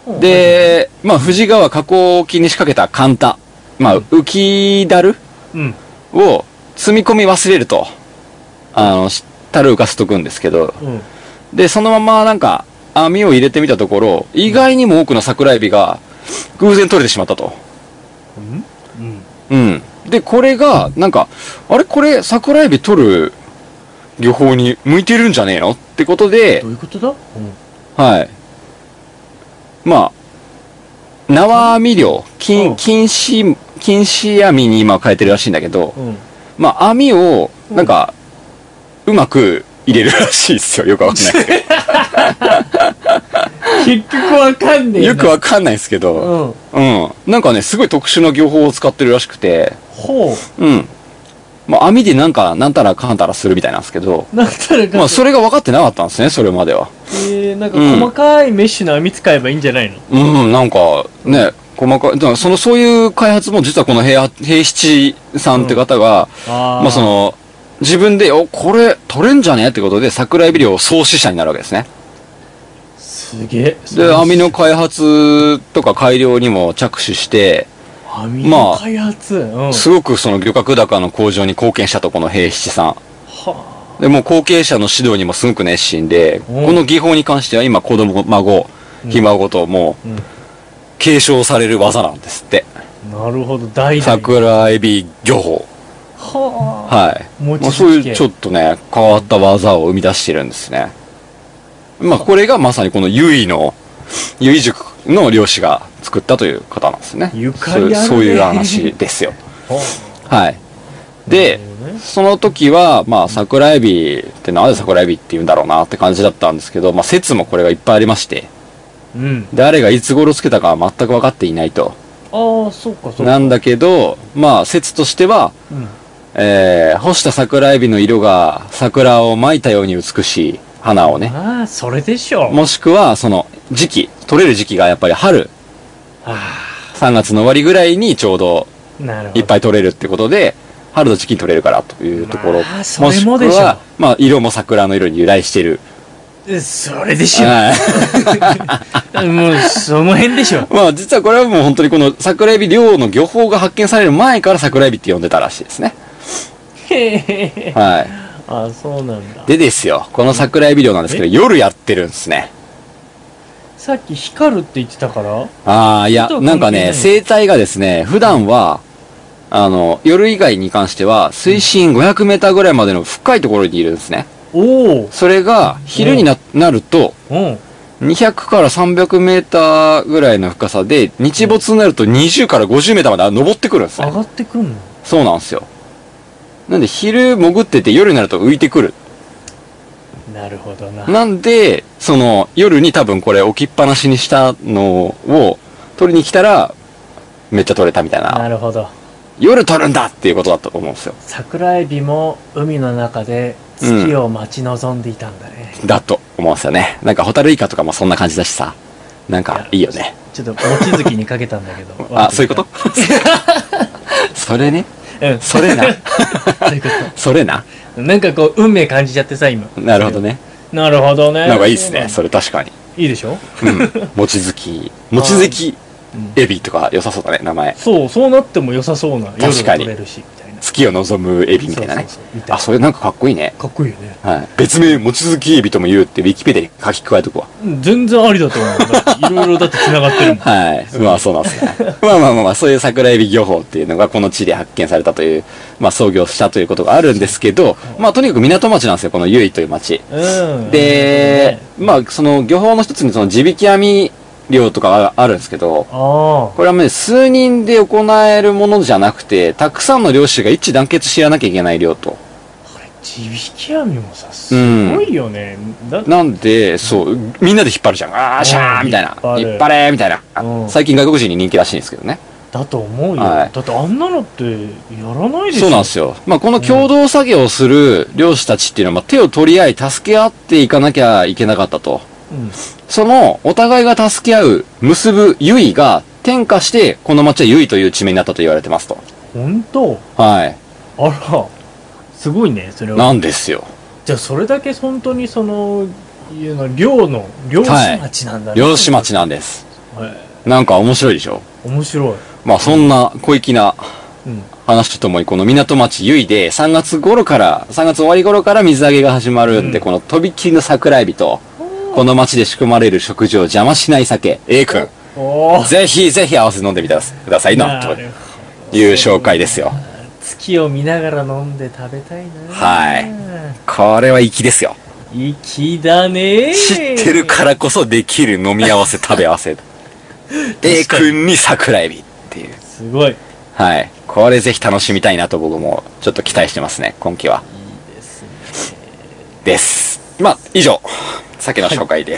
で、まあ、富士川河口沖に仕掛けたカンタ、まあ、浮きだるを積み込み忘れると、樽浮かせとくんですけど、で、そのままなんか、網を入れてみたところ、意外にも多くの桜エビが偶然取れてしまったと。で、これが、なんか、あれこれ桜エビ取る漁法に向いてるんじゃねえのってことで、 どういうことだ？ はい。まあ、縄網漁、禁止網に今変えてるらしいんだけど、まあ、網を、なんか、うまく入れるらしいですよ。よくわかんないけど。 結局わかんねえな。 よくわかんないですけど、なんかね、すごい特殊な漁法を使ってるらしくて、まあ、網でなんか、なんたらかんたらするみたいなんですけど、まあ、それが分かってなかったんですね、それまでは。 なんか細かいメッシュの網使えばいいんじゃないの？ なんか、ね、細かい、だからそういう開発も実はこの平七さんって方が、まあ自分で、これ取れんじゃねってことで桜エビ漁創始者になるわけですね。 すげえ。 で、網の開発とか改良にも着手して、 網の開発、 すごくその漁獲高の向上に貢献したと、この平七さん。で、もう後継者の指導にもすごく熱心で、この技法に関しては今子供、孫、ひ孫とも継承される技なんですって。 なるほど、代々。 桜エビ漁法。はい。まあ、そういうちょっとね、変わった技を生み出してるんですね。まあ、これがまさにこの由比塾の漁師が作ったという方なんですね。そういう話ですよ。はい。で、その時は、まあ、桜エビってなぜ桜エビって言うんだろうなって感じだったんですけど、まあ、説もこれがいっぱいありまして、誰がいつ頃つけたかは全く分かっていないと。 そうか。 なんだけど、まあ、説としては、干した桜エビの色が桜を巻いたように美しい花をね。 それでしょ。 もしくは、その時期、取れる時期がやっぱり春。3月の終わりぐらいにちょうどいっぱい取れるってことで、春の時期に取れるからというところ。もしくは、まあ、色も桜の色に由来してる。 それでしょ。もう、その辺でしょ。 まあ、実はこれはもう本当にこの桜エビ漁の漁法が発見される前から桜エビって呼んでたらしいですね。はい。 そうなんだ。 でですよ、この桜エビ漁なんですけど、夜やってるんですね。 さっき光るって言ってたから？ いや、なんかね、生態がですね、普段は、夜以外に関しては、水深500メーターぐらいまでの深いところにいるんですね。それが、昼になると、200から300メーターぐらいの深さで、日没になると20から50メーターまで登ってくるんですね。 上がってくるの？ そうなんですよ。なんで、昼潜ってて夜になると浮いてくる。 なるほどな。 なんで、夜に多分これ置きっぱなしにしたのを取りに来たら、めっちゃ取れたみたいな。 なるほど。 夜取るんだっていうことだと思うんですよ。 桜エビも海の中で月を待ち望んでいたんだね。 だと思うんですよね。なんかホタルイカとかもそんな感じだしさ。なんかいいよね。 ちょっと望月にかけたんだけど。 そういうことそれね。それな。 そういうこと。 それな。 なんかこう、運命感じちゃってさ、今。 なるほどね。 なるほどね。 なんかいいっすね、それ確かに。 いいでしょ？ 望月エビとか良さそうだね、名前。 そうなっても良さそうな。 確かに。 夜取れるし、みたいな。 月を望むエビみたいなね。それなんかかっこいいね。 かっこいいよね。 はい。別名、望月エビとも言うって、ウィキペディアに書き加えとくわ。 全然ありだと思う。いろいろだって繋がってるもん。 はい。まあそうなんですね。まあ、そういう桜エビ漁法っていうのがこの地で発見されたという、まあ創業したということがあるんですけど、まあとにかく港町なんですよ、この由比という町。で、まあその漁法の一つにその地引き網漁とかがあるんですけど、これはね、数人で行えるものじゃなくて、たくさんの漁師が一致団結しやらなきゃいけない漁と。 地引き網もさ、すごいよね。 なんで、そう、みんなで引っ張るじゃん。シャーみたいな。引っ張れみたいな。最近外国人に人気らしいんですけどね。 だと思うよ。だってあんなのってやらないでしょ。 そうなんですよ。まあこの共同作業をする漁師たちっていうのは、まあ手を取り合い助け合っていかなきゃいけなかったと。その、お互いが助け合う、結ぶ由比が転化して、この町は由比という地名になったと言われてますと。 本当？ はい。 あら、すごいね、それは。 なんですよ。 じゃあ、それだけ本当に漁師町なんだね。 漁師町なんです。 なんか面白いでしょ。 面白い。 まあそんな小粋なうん。 話とともに、この港町由比で3月終わり頃から水揚げが始まるんで、このとびきりの桜エビと、この町で仕込まれる食事を邪魔しない酒、A 君、ぜひぜひ合わせて飲んでみてくださいな、という紹介ですよ。 月を見ながら飲んで食べたいな。 はい。これは粋ですよ。 粋だね。 知ってるからこそできる飲み合わせ、食べ合わせ。A 君に桜エビっていう。 すごい。 はい。これぜひ楽しみたいなと僕もちょっと期待してますね、今期は。 いいですね。 です。まあ、以上、酒の紹介です。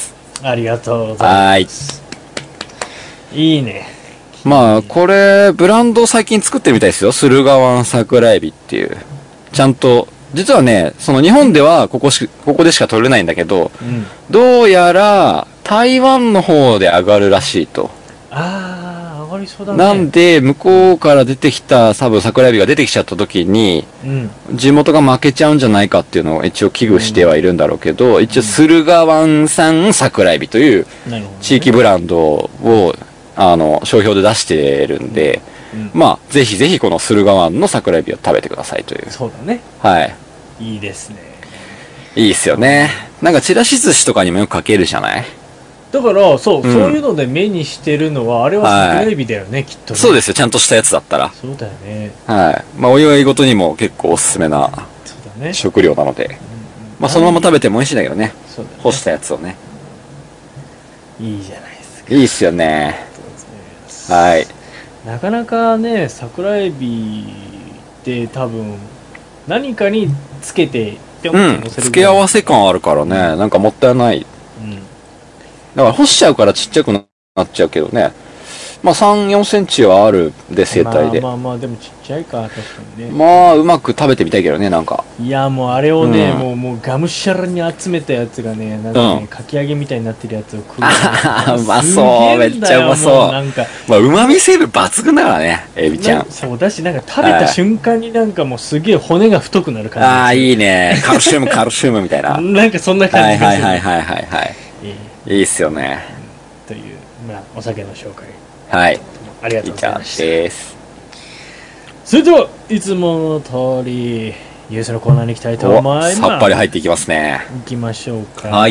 ありがとうございます。いいね。 まあ、これ、ブランドを最近作ってるみたいですよ。駿河湾桜エビっていう。ちゃんと、実はね、その日本ではここでしか取れないんだけど、どうやら台湾の方で上がるらしいと。 ああ、上がりそうだね。 なんで、向こうから出てきた多分桜エビが出てきちゃった時に、地元が負けちゃうんじゃないかっていうのを一応危惧してはいるんだろうけど、一応駿河湾産桜エビという地域ブランドを、商標で出してるんで、まあ、ぜひぜひこの駿河湾の桜エビを食べてくださいという。 そうだね。 はい。 いいですね。 いいっすよね。なんかちらし寿司とかにもよくかけるじゃない？ だから、そういうので目にしてるのは、あれは桜エビだよね、きっとね。 そうですよ、ちゃんとしたやつだったら。 そうだよね。 はい。まあ、お祝いごとにも結構おすすめな食料なので。まあ、そのまま食べても美味しいんだけどね。 そうだね。 干したやつをね。 いいじゃないですか。 いいっすよね。はい。 なかなかね、桜エビって多分、何かにつけて、ぴょんって乗せる。 付け合わせ感あるからね、なんかもったいない。だから干しちゃうからちっちゃくなっちゃうけどね。まあ3、4センチはあるで、生態で。 まあ、でもちっちゃいか、確かにね。 まあ、うまく食べてみたいけどね、なんか。 いや、もうあれをね、もうがむしゃらに集めたやつがね、なんかね、かき揚げみたいになってるやつを食う。 うまそう、めっちゃうまそう。なんかまあ、旨味成分抜群だからね、エビちゃん。 そうだし、なんか食べた瞬間になんかもうすげえ骨が太くなる感じ。 ああ、いいね。カルシウムみたいな。 なんかそんな感じです。はい。いいっすよね。 という、まあ、お酒の紹介。 はい。 ありがとうございました。それでは、いつもの通り、ニュースのコーナーに行きたいと思います。 さっぱり入っていきますね。 行きましょうか。 はい。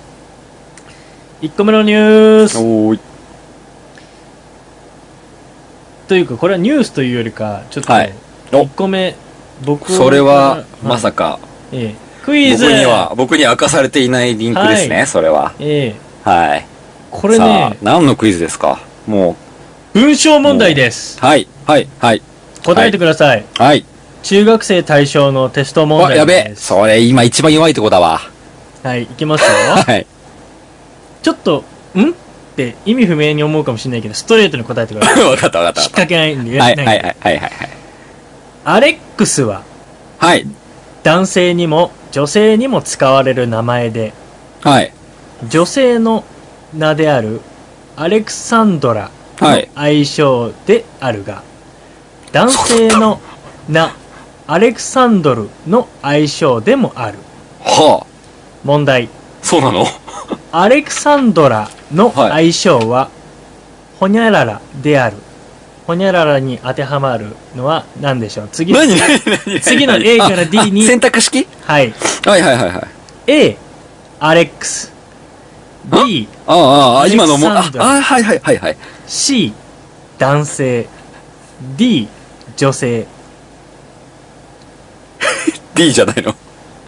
1個目のニュース。 おーい。 というか、これはニュースというよりか、ちょっと、1個目、 それは、まさか、 クイズ僕に明かされていないリンクですね、それは。はい。 これね、 何のクイズですか？もう。文章問題です。 はい。 答えてください。 はい。 中学生対象のテスト問題です。 やべ、それ今一番弱いとこだわ。 はい、いきますよ。 はい。 ちょっと、って意味不明に思うかもしれないけど、ストレートに答えてください。 わかった。 引っ掛けないんで。 はい。 アレックスは、 はい。 男性にも女性にも使われる名前で、 はい。 女性の名であるアレクサンドラの愛称であるが、男性の名アレクサンドルの愛称でもある。 はあ。 問題。 そうなの？ アレクサンドラの愛称は、ホニャララである。ホニャララに当てはまるのは何でしょう？次の A から D に。 選択式？ はい。A、アレックス。B、 今のも、 C、男性。D、女性。 D じゃないの？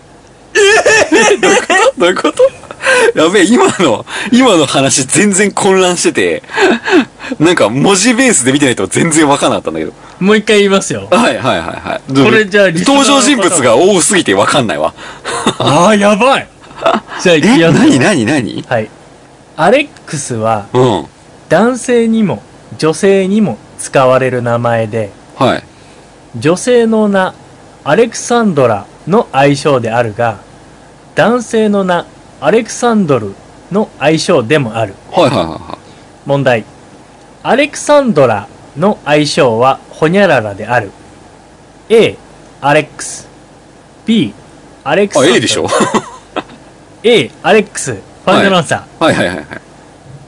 どういうことやべえ、今の話全然混乱してて、なんか文字ベースで見てないと全然わかんなかったんだけど。 もう一回言いますよ。 はい。 これじゃあ登場人物が多すぎてわかんないわ。 やばい。じゃあ、 何はい。アレックスは、男性にも女性にも使われる名前で、 はい。 女性の名、アレクサンドラの愛称であるが、男性の名、アレクサンドルの愛称でもある。問題。アレクサンドラの愛称はホニャララである。A、アレックス。B、アレクサンドル。 A でしょ？ A、アレックス。ファイナルアンサー。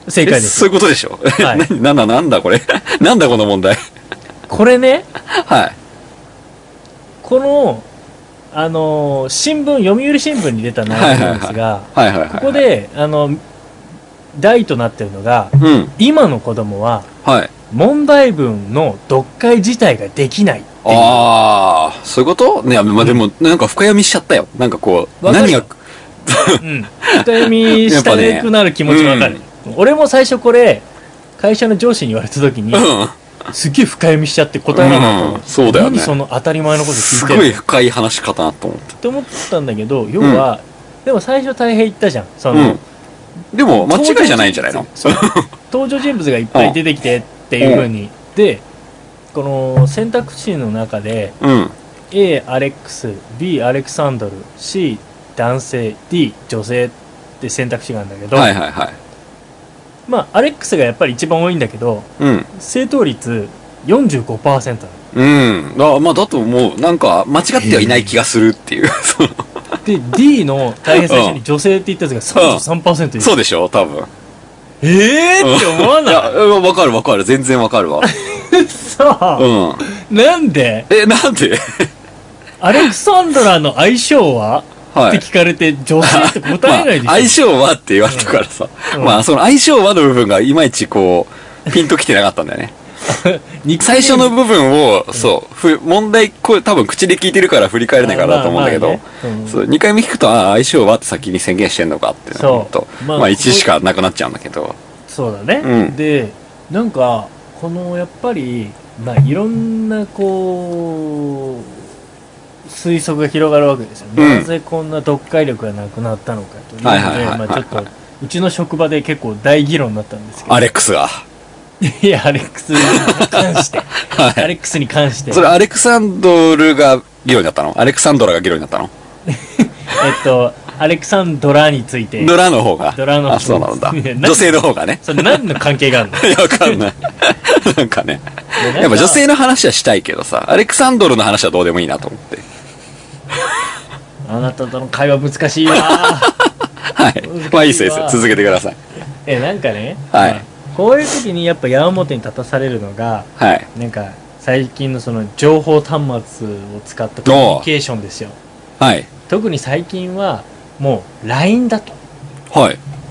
正解です。 そういうことでしょ。 はい、 なんだこれ。なんだこの問題。 これね、 はい。 この、新聞、読売新聞に出た内容なんですが、ここで、題となってるのが、うん、今の子供は、はい、問題文の読解自体ができないっていう。 ああ、そういうことね。まあ、でも、なんか深読みしちゃったよ。なんかこう、何が、 うん。深読みしたくなる気持ちわかる、ね。うん、俺も最初これ、会社の上司に言われた時に、すっげえ深読みしちゃって答えなかったの。 そうだよね。 何その当たり前のこと聞いてるすごい深い話かなと思って。 って思ったんだけど、要は、でも最初大変言ったじゃん。その、 でも間違いじゃないんじゃないの？ 登場人物がいっぱい出てきてっていう風に。で、この選択肢の中で、A アレックス、B アレクサンドル、C 男性、D 女性って選択肢があるんだけど、まあアレックスがやっぱり一番多いんだけど、正答率 45% なの。まあだと思う。なんか間違ってはいない気がするっていう。 で D の大変最初に女性って言ったやつが 33% です。 そうでしょ多分。 って思わない？いや、 わかる。全然わかるわ。 そう。なんで？ なんで？ アレクサンドラの相性はって聞かれて女性って答えないでしょ。 まあ、相性はって言われたからさ。まあその相性はの部分がいまいちこう、ピンときてなかったんだよね。最初の部分を、問題、多分口で聞いてるから振り返れないからだと思うんだけど、2回目聞くと、相性はって先に宣言してんのかって思うと、まあ1しかなくなっちゃうんだけど。 そうだね。で、なんか、このやっぱり、まあいろんなこう、推測が広がるわけですよ。なぜこんな読解力がなくなったのかというので、まあちょっと、うちの職場で結構大議論になったんですけど。 アレックスが。 いや、アレックスに関して。アレックスに関して。 それアレクサンドルが議論になったの？アレクサンドラが議論になったの？ アレクサンドラについて。 ドラの方が。 ドラの方が。 あ、そうなんだ。女性の方がね。 それ何の関係があるの？ いや、わかんない。なんかね。やっぱ女性の話はしたいけどさ、アレクサンドルの話はどうでもいいなと思って。 あなたとの会話難しいわ。 はい。まあいいです。続けてください。 なんかね。 はい。 こういう時にやっぱ矢面に立たされるのが、なんか最近のその情報端末を使ったコミュニケーションですよ。はい。特に最近はもう LINE だと。はい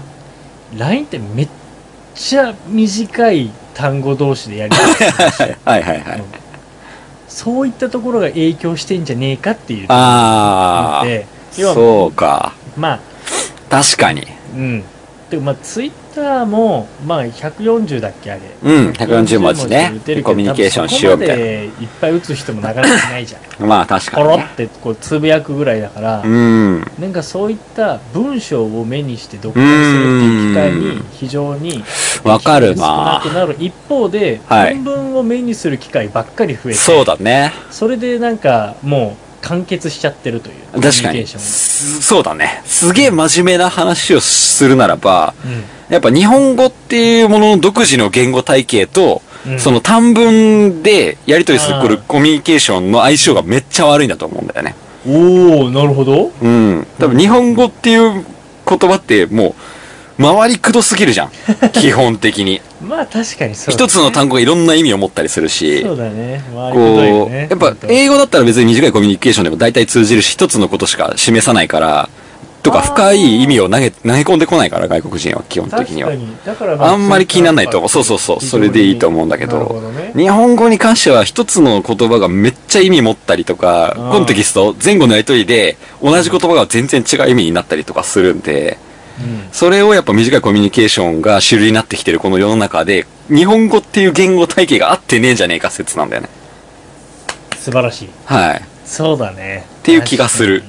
。LINE ってめっちゃ短い単語同士でやり取り。はい。そういったところが影響してんじゃねえかっていう。 ああ。そうか。 まあ確かに。 でまあツイッターもまあ140だっけあれ。 140文字ね。コミュニケーションしようみたいな。 いっぱい打つ人もなかなかいないじゃん。 まあ確かに、 ポロってこうつぶやくぐらいだから、なんかそういった文章を目にして読解するっていう機会に非常にわかるなくなる一方で、本文を目にする機会ばっかり増えて、 そうだね。 それでなんかもう完結しちゃってるという。 確かに。そうだね。すげえ真面目な話をするならば、やっぱ日本語っていうものの独自の言語体系と、その短文でやり取りするコミュニケーションの相性がめっちゃ悪いんだと思うんだよね。 おー、なるほど。 多分日本語っていう言葉ってもう、回りくどすぎるじゃん。基本的に。 まあ確かにそう、 ね。一つの単語がいろんな意味を持ったりするし。 そうだね。回りくどいよね。 やっぱ英語だったら別に短いコミュニケーションでも大体通じるし、一つのことしか示さないから、とか深い意味を投げ込んでこないから外国人は基本的には。 だからまあんまり気にならないと思う。そう。それでいいと思うんだけど、日本語に関しては一つの言葉がめっちゃ意味持ったりとか、コンテキスト、前後のやりとりで同じ言葉が全然違う意味になったりとかするんで、それをやっぱ短いコミュニケーションが主流になってきてるこの世の中で、日本語っていう言語体系が合ってねえんじゃねえか説なんだよね。 素晴らしい。 はい。 そうだね。 っていう気がする。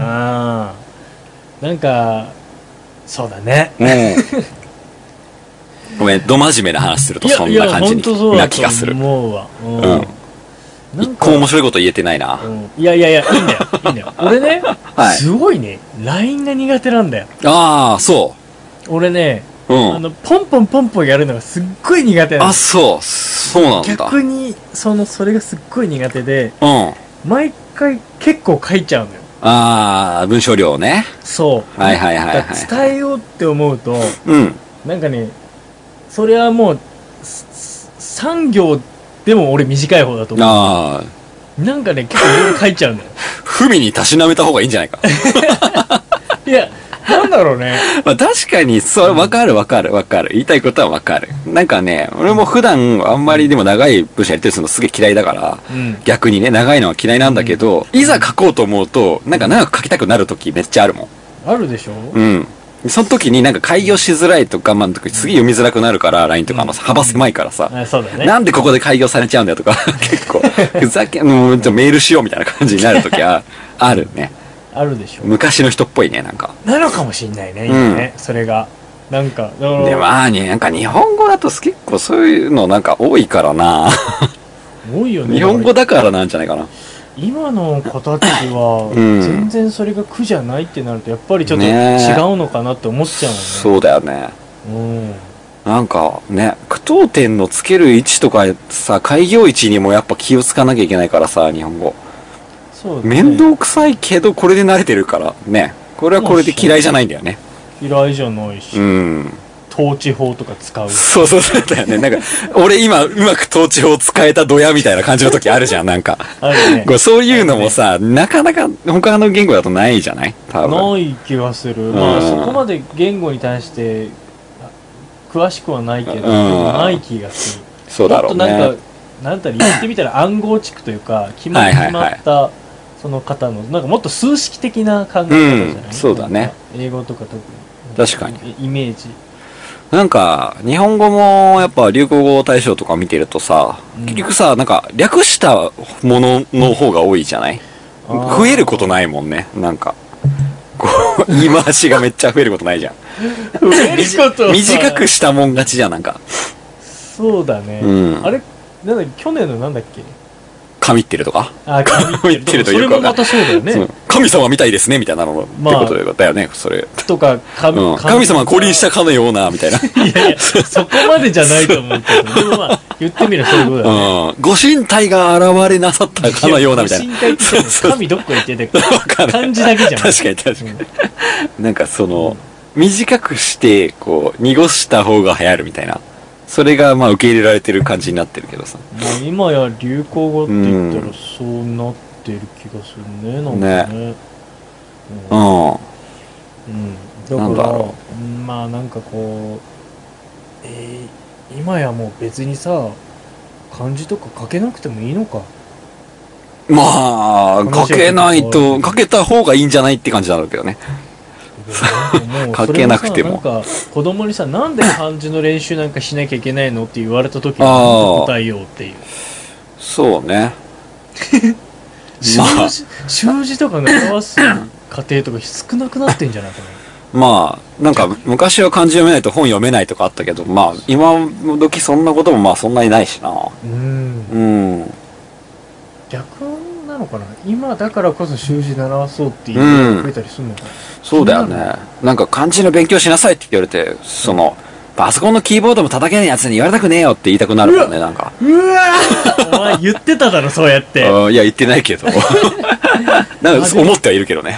なんか、そうだね。 ごめん、ど真面目な話するとそんな感じな気がする。 思うわ。 一個面白いこと言えてないな。 いや、いいんだよ。俺ね、すごいね、LINE が苦手なんだよ。 ああ、そう。 俺ね、ポンポンやるのがすっごい苦手なの。 そうなんだ。 逆に、それがすっごい苦手で、毎回結構書いちゃうのよ。 文章量ね。 そう。 はい。 伝えようって思うと、なんかね、 それはもう3行でも俺短い方だと思う。 ああ。 なんかね、結構いろいろ書いちゃうんだよ。 不味にたしなめた方がいいんじゃないか。 いや、なんだろうね。 まあ確かに、それわかる。言いたいことはわかる。なんかね、俺も普段あんまりでも長い文章やってるのすげえ嫌いだから、逆にね、長いのは嫌いなんだけど、いざ書こうと思うと、なんか長く書きたくなる時めっちゃあるもん。 あるでしょ？ うん。その時になんか開業しづらいとか、まあ、次読みづらくなるから、LINE とかの幅狭いからさ、 そうだね。 なんでここで開業されちゃうんだよとか、結構、ふざけ、もうメールしようみたいな感じになる時は、あるね。 あるでしょ。 昔の人っぽいね、なんか。 なのかもしんないね、今ね、それが。なんか、 で、まあね、なんか日本語だと結構そういうのなんか多いからな。 多いよね。 日本語だからなんじゃないかな。 今の子たちは、全然それが苦じゃないってなると、やっぱりちょっと違うのかなって思っちゃうもんね。 そうだよね。なんかね、句読点のつける位置とかさ、開業位置にもやっぱ気をつかなきゃいけないからさ、日本語。そうだね。面倒くさいけど、これで慣れてるからね。これはこれで嫌いじゃないんだよね。 嫌いじゃないし。統治法とか使う。 そうだよね。なんか、俺今うまく統治法使えたドヤみたいな感じの時あるじゃん、なんか。 あるね。 そういうのもさ、なかなか他の言語だとないじゃない？多分。 ない気がする。まあそこまで言語に対して詳しくはないけど、ない気がする。 そうだろうね。 もっとなんか、なんだろう、言ってみたら暗号地区というか、決まった、その方の、なんかもっと数式的な考え方じゃない？ そうだね。 英語とか特に。 確かに。 イメージ。 なんか、日本語もやっぱ流行語大賞とか見てるとさ、結局さ、なんか略したものの方が多いじゃない？増えることないもんね、なんか。こう、言い回しがめっちゃ増えることないじゃん。 増えること短くしたもん勝ちじゃん、なんか。 そうだね。あれ、なんだっけ、去年のなんだっけ？ 神ってるとか？ 神ってるというか。それもまたそうだよね。 神様みたいですねみたいなのってことだよね、それ。 とか、 神様降臨したかのような、みたいな。 いや、そこまでじゃないと思うけど、でもまあ、言ってみればそういうことだよね。 ご神体が現れなさったかのような、みたいな。 ご神体って神どっか行ってて、漢字だけじゃん。 確かに。なんかその、短くして、こう、濁した方が流行るみたいな。それがまあ受け入れられてる感じになってるけどさ。 今や流行語って言ったらそうなってる気がするね、なんかね。だからまあなんかこう、今やもう別にさ、漢字とか書けなくてもいいのか。 まあ書けないと、書けた方がいいんじゃないって感じなんだけどね。書けなくても。 なんか子供にさ、なんで漢字の練習なんかしなきゃいけないのって言われた時に答えようっていう。 そうね。 習字とかが表す家庭とか少なくなってんじゃないかな。 まあなんか昔は漢字読めないと本読めないとかあったけど、まあ今時そんなこともまあそんなにないしな。 逆なのかな。今だからこそ習字習わそうっていうのが増えたりするのかな。 そうだよね。なんか漢字の勉強しなさいって言われて、そのパソコンのキーボードも叩けないやつに言われたくねえよって言いたくなるもんね、なんか。 お前言ってただろ、そうやって。 いや、言ってないけど。なんか思ってはいるけどね。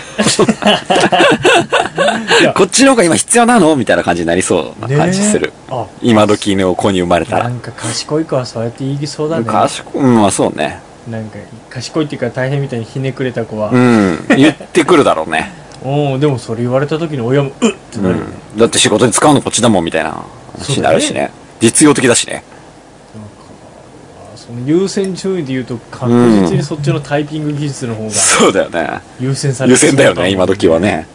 こっちの方が今必要なのみたいな感じになりそうな感じする。今時の子に生まれたら。 なんか賢い子はそうやって言いそうだね。 まあそうね。 なんか賢いっていうか大変みたいにひねくれた子は。 言ってくるだろうね。 でもそれ言われた時に親もうっってなるよね。 だって仕事に使うのこっちだもんみたいな話になるしね。実用的だしね。 その優先順位で言うと確実にそっちのタイピング技術の方がそうだよね。 優先されて優先だよね、今時はね。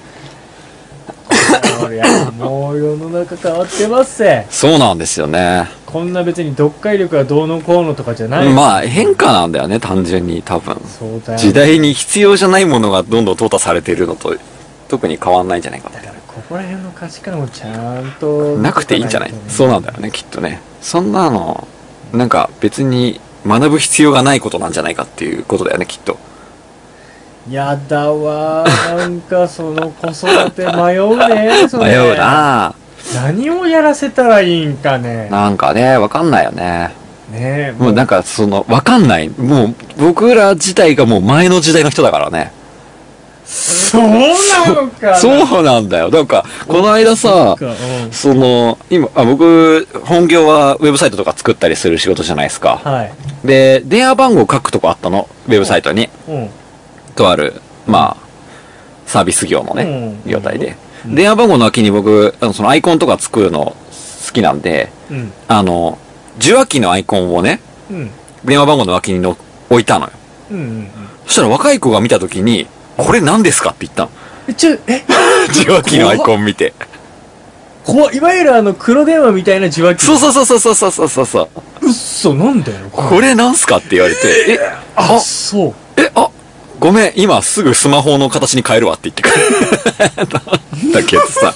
もう世の中変わってますせ。 そうなんですよね。 こんな別に読解力がどうのこうのとかじゃない。 まあ変化なんだよね、単純に多分。 そうだよね。 時代に必要じゃないものがどんどん淘汰されているのと特に変わんないんじゃないかな。 だからここら辺の価値観をちゃんとなくていいんじゃない？そうなんだよね、きっとね。そんなのなんか別に学ぶ必要がないことなんじゃないかっていうことだよね、きっと。 やだわー、なんかその子育て迷うね。それ迷うな。 何をやらせたらいいんかね。 なんかね、わかんないよね。 ねえ、 もうなんかそのわかんない。もう僕ら自体がもう前の時代の人だからね。 そうなのかな。 そうなんだよ。なんか、この間さ、その、今、僕、本業はウェブサイトとか作ったりする仕事じゃないですか。 はい。 で、電話番号書くとこあったの、ウェブサイトに。とある、まあ、サービス業のね、業態で。電話番号の脇に僕、そのアイコンとか作るの好きなんで、受話器のアイコンをね、電話番号の脇に置いたのよ。そしたら若い子が見たときに、これ何ですかって言ったの。受話器のアイコン見て。 いわゆる黒電話みたいな受話器。 そう。 うっそ、なんだよ。 これなんすかって言われて、 そう。 ごめん、今すぐスマホの形に変えるわって言ってくれ。だけどさ。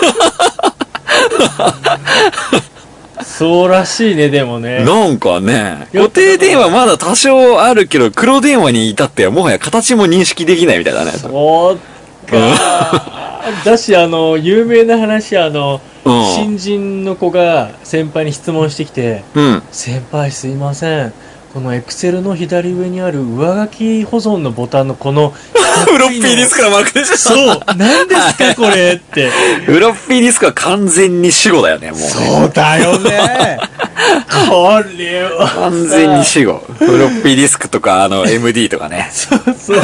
そうらしいね、でもね。 なんかね、固定電話まだ多少あるけど、黒電話に至ってはもはや形も認識できないみたいだね。 そうか。だし、有名な話、新人の子が先輩に質問してきて、先輩すいません。このエクセルの左上にある上書き保存のボタンのこのフロッピーディスクのマークでしょ。 そう、何ですかこれって。 フロッピーディスクは完全に死後だよね、もうね。 そうだよね。これは完全に死後。フロッピーディスクとかMD とかね。 そう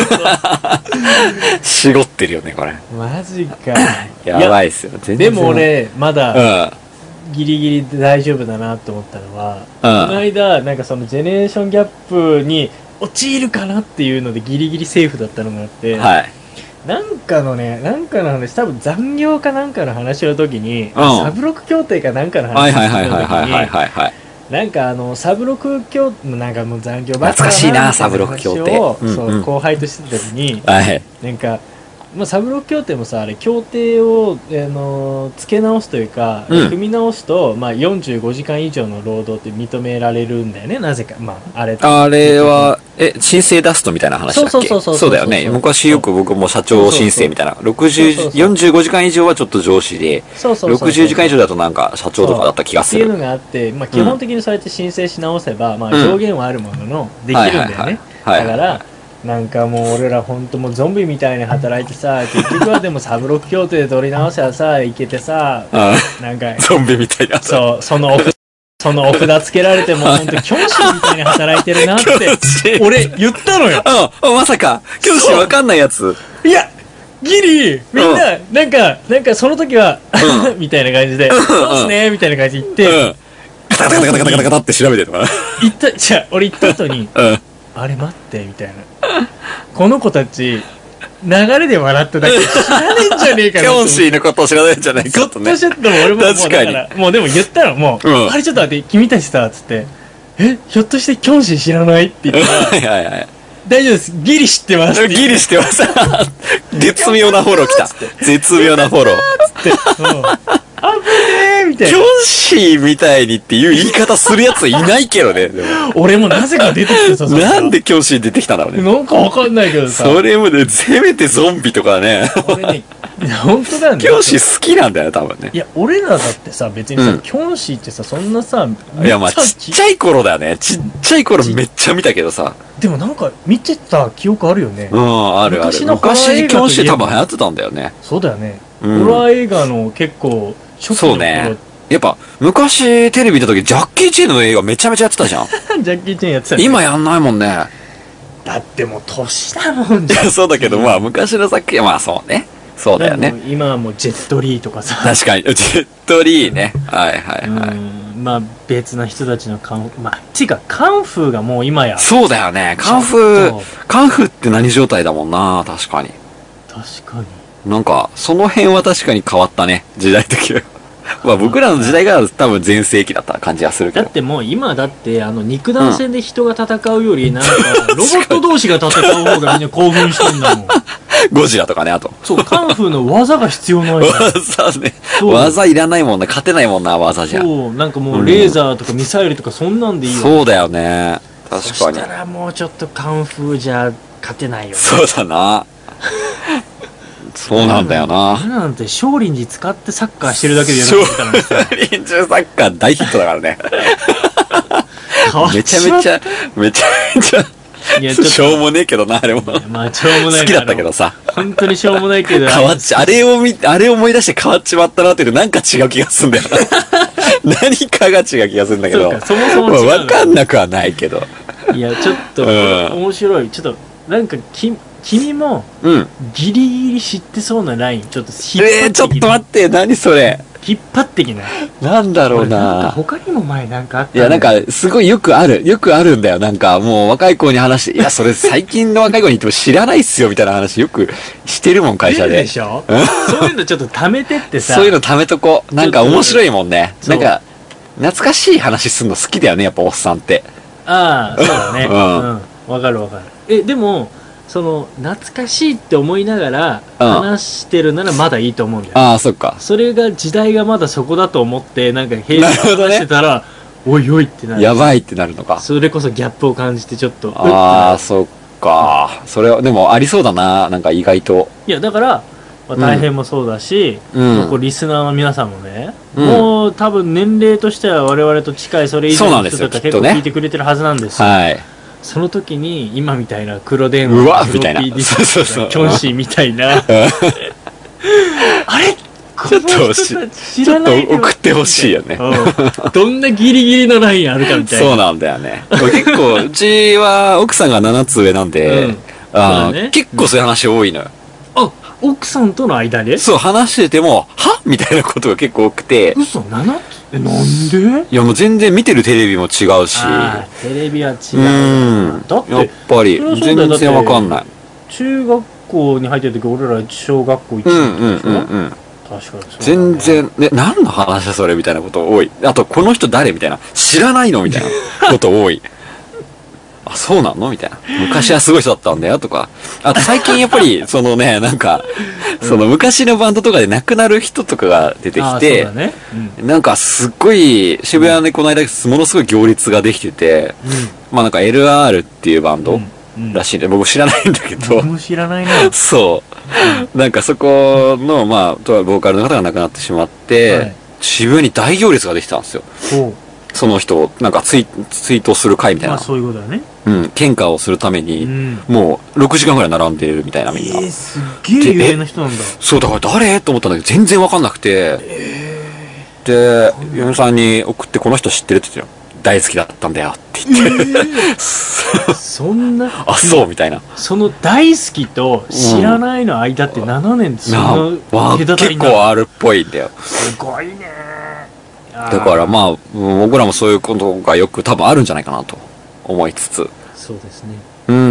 死後ってるよね、これ。 マジか。 やばいっすよ。全然でも俺まだギリギリ大丈夫だなと思ったのは、この間なんかそのジェネレーションギャップに陥るかなっていうのでギリギリセーフだったのがあって、なんかの話、多分残業かなんかの話の時に、サブロク協定かなんかの話の時に、なんかサブロク協定、なんかもう残業ばっかり懐かしいな、サブロク協定を後輩としてた時に、なんかサブロク協定もさ、あれ協定を付け直すというか、組み直すと、45時間以上の労働って認められるんだよね、なぜか。あれは申請出すとみたいな話だっけ。そうだよね。昔よく僕も社長申請みたいな、45時間以上はちょっと上司で、60時間以上だとなんか社長とかだった気がするっていうのがあって、基本的にそうやって申請し直せば、上限はあるもののできるんだよね。だからなんかもう俺らほんともうゾンビみたいに働いてさ、結局はでもサブロク協定で取り直せばさ、いけてさ、なんかゾンビみたいな。 そう、そのお札つけられてもほんと教師みたいに働いてるなって俺言ったのよ。 まさか教師わかんないやつ。 いやギリみんななんかその時はみたいな感じで、そうっすねみたいな感じで言って、 カタカタカタカタカタカタって調べてるのかな。 俺言った後に、あれ待ってみたいな、この子たち流れで笑っただけ知らねえんじゃねえかな。 キョンシーのことを知らないんじゃないかとね。 ずっとしてたも俺も確かにもうでも言ったらもう、あれちょっと待って君たちさつって、ひょっとしてキョンシー知らないって言ったら大丈夫です、ギリ知ってます。 ギリ知ってます。絶妙なフォロー来た。絶妙なフォロー。 つってあぶねーみたいな。 キョンシーみたいにっていう言い方するやついないけどね。でも俺もなぜか出てきてさ。 なんでキョンシー出てきたんだろうね。 なんかわかんないけどさ。 それもね、せめてゾンビとかね。 俺ね、本当だよね。 キョンシー好きなんだよ、多分ね。 いや、俺らだってさ、別にさ、キョンシーってさ、そんなさ、 いや、ちっちゃい頃だよね。ちっちゃい頃めっちゃ見たけどさ。 でもなんか見てた記憶あるよね。 あるある。昔キョンシー多分流行ってたんだよね。 そうだよね。ホラー映画の結構そうね。やっぱ昔テレビ見た時ジャッキー・チェンの映画めちゃめちゃやってたじゃん。 ジャッキー・チェンやってたね。 今やんないもんね。 だってもう年だもんじゃん。 そうだけど昔の作品そうね。そうだよね。 今はもうジェットリーとかさ。 確かにジェットリーね。 別な人たちのっていうかカンフーがもう今や。 そうだよね。カンフーって何状態だもんな。確かに。なんかその辺は確かに変わったね、時代的に。僕らの時代が多分全盛期だった感じがするけど。 だってもう今だって肉弾戦で人が戦うよりなんかロボット同士が戦う方がみんな興奮してんだもん。 ゴジラとかね、あと。 そう、カンフーの技が必要ない。 技ね。技いらないもんな、勝てないもんな、技じゃ。 そう、なんかもうレーザーとかミサイルとかそんなんでいいよ。 そうだよね。確かに。そしたらもうちょっとカンフーじゃ勝てないよね。 そうだな。そうなんだよな。 なんて少林寺使ってサッカーしてるだけでやられてたのにさ。 少林寺サッカー大ヒットだからね。めちゃめちゃいやちょっとしょうもねえけどな、あれも。 まあしょうもない好きだったけどさ。 本当にしょうもないけどあれを思い出して変わっちまったなっていうなんか違う気がするんだよな。何かが違う気がするんだけど。 そうかそもそも違う、 わかんなくはないけど。 いやちょっと、面白い。ちょっとなんか君もギリギリ知ってそうなラインちょっと引っ張ってきちょっと待って、何それ。 引っ張ってきない。 なんだろうなんかな。 他にも前なんかあったいや、なんか、すごいよくあるんだよ。なんか、もう若い子に話して、いや、それ最近の若い子に言っても知らないっすよ、みたいな話よくしてるもん、会社で。 でしょそういうのちょっと貯めてってさ。 そういうの貯めとこう。なんか面白いもんね。なんか、懐かしい話すんの好きだよね、やっぱおっさんって。 ああ、そうだね。わかるわかる。でも、その懐かしいって思いながら話してるならまだいいと思うんだよ。 ああ、そっか。 それが時代がまだそこだと思ってなんか平気で話してたら、おいおいってなる。 やばいってなるのか。 それこそギャップを感じてちょっと。 ああ、そっか。それはでもありそうだな。なんか意外と。 いやだから、まあ、大変もそうだし、こうリスナーの皆さんもね、もう多分年齢としては我々と近いそれ以上の人とか結構聞いてくれてるはずなんですよ。 はい。 その時に今みたいな黒電話うわみたいな、 キョンシーみたいなあれちょっと知らない、ちょっと送ってほしいよね。 どんなギリギリのラインあるかみたいな。 そうなんだよね。結構うちは奥さんが7つ上なんで、結構そういう話多いのよ。 あ、奥さんとの間でそう話しててもはみたいなことが結構多くて。 嘘7つなんで？ いやもう全然見てるテレビも違うし。 テレビは違う。だってやっぱり全然わかんない。 中学校に入ってる時俺ら小学校1年でしょ。確かに全然ね、何の話だそれみたいなこと多い。あとこの人誰みたいな、知らないのみたいなこと多い。あ、そうなのみたいな。昔はすごい人だったんだよとか。あと最近やっぱりそのね、なんかその昔のバンドとかで亡くなる人とかが出てきて、なんかすっごい渋谷でこの間ものすごい行列ができてて、まあなんか LR っていうバンドらしいんで、僕知らないんだけど。 僕も知らないな。 そう。なんかそこの、まあ、ボーカルの方が亡くなってしまって、渋谷に大行列ができたんですよ。その人を、なんか追悼する会みたいな。 まあそういうことだね。 献花をするために、もう6時間ぐらい並んでいるみたいなみんな。 すっげえ有名な人なんだ。 そう、だから誰と思ったんだけど、全然わかんなくて。で、嫁さんに送って、この人知ってるって言って大好きだったんだよって言って、 そんなあ、そうみたいな。 その大好きと知らないの間って7年でそんな結構あるっぽいんだよ。 すごいね。 だからまあ僕らもそういうことがよく多分あるんじゃないかなと思いつつ。 そうですね。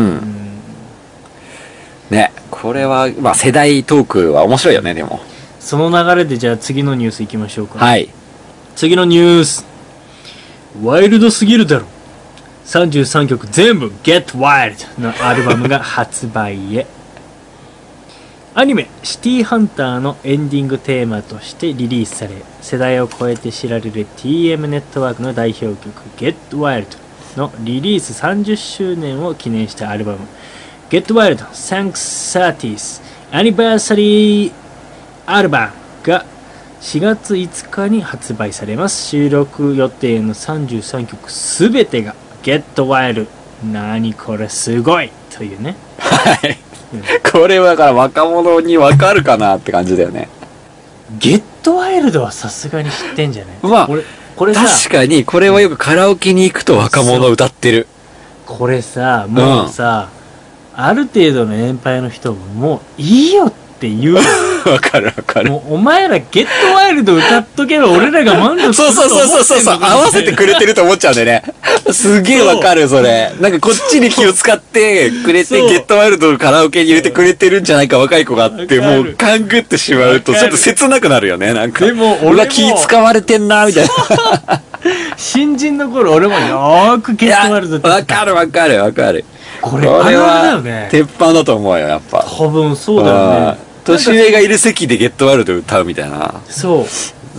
ね、これはまあ世代トークは面白いよね。でもその流れでじゃあ次のニュースいきましょうか。 はい。 次のニュース、ワイルドすぎるだろ、33曲全部 Get Wild のアルバムが発売へ。アニメシティハンターのエンディングテーマとしてリリースされ、世代を超えて知られる TM ネットワークの代表曲 Get Wild のリリース30周年を記念したアルバム Get Wild Thanks 30th Anniversary アルバムが4月5日に発売されます。収録予定の33曲すべてが Get Wild、 何これすごいというね。 はい、これはだから若者に分かるかなって感じだよね。 Get Wild はさすがに知ってんじゃない？ まあこれ確かにこれはよくカラオケに行くと若者歌ってる。 これさもうさ、ある程度の年配の人ももういいよって言う。 わかるわかる。 もうお前らゲットワイルド歌っとけば俺らが満足すると思ってんの。 そう合わせてくれてると思っちゃうんだよね。すげえわかるそれ。なんかこっちに気を使ってくれてゲットワイルドのカラオケに入れてくれてるんじゃないか若い子があって、もう勘ぐってしまうとちょっと切なくなるよね。なんかでも俺は気使われてんなみたいな。 新人の頃俺もよーくゲットワイルドってわかるわかるわかる。 これは鉄板だと思うよやっぱ。 多分そうだよね。 年上がいる席でゲットワイルド歌うみたいな。 そう、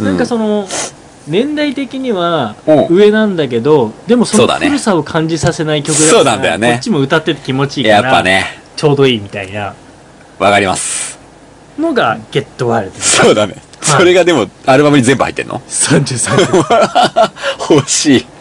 なんかその年代的には上なんだけど、でもその古さを感じさせない曲だから、 そうなんだよね。 こっちも歌ってて気持ちいいからやっぱねちょうどいいみたいな。 わかりますのがゲットワイルド。 そうだね、それがでもアルバムに全部入ってんの？33曲。欲しい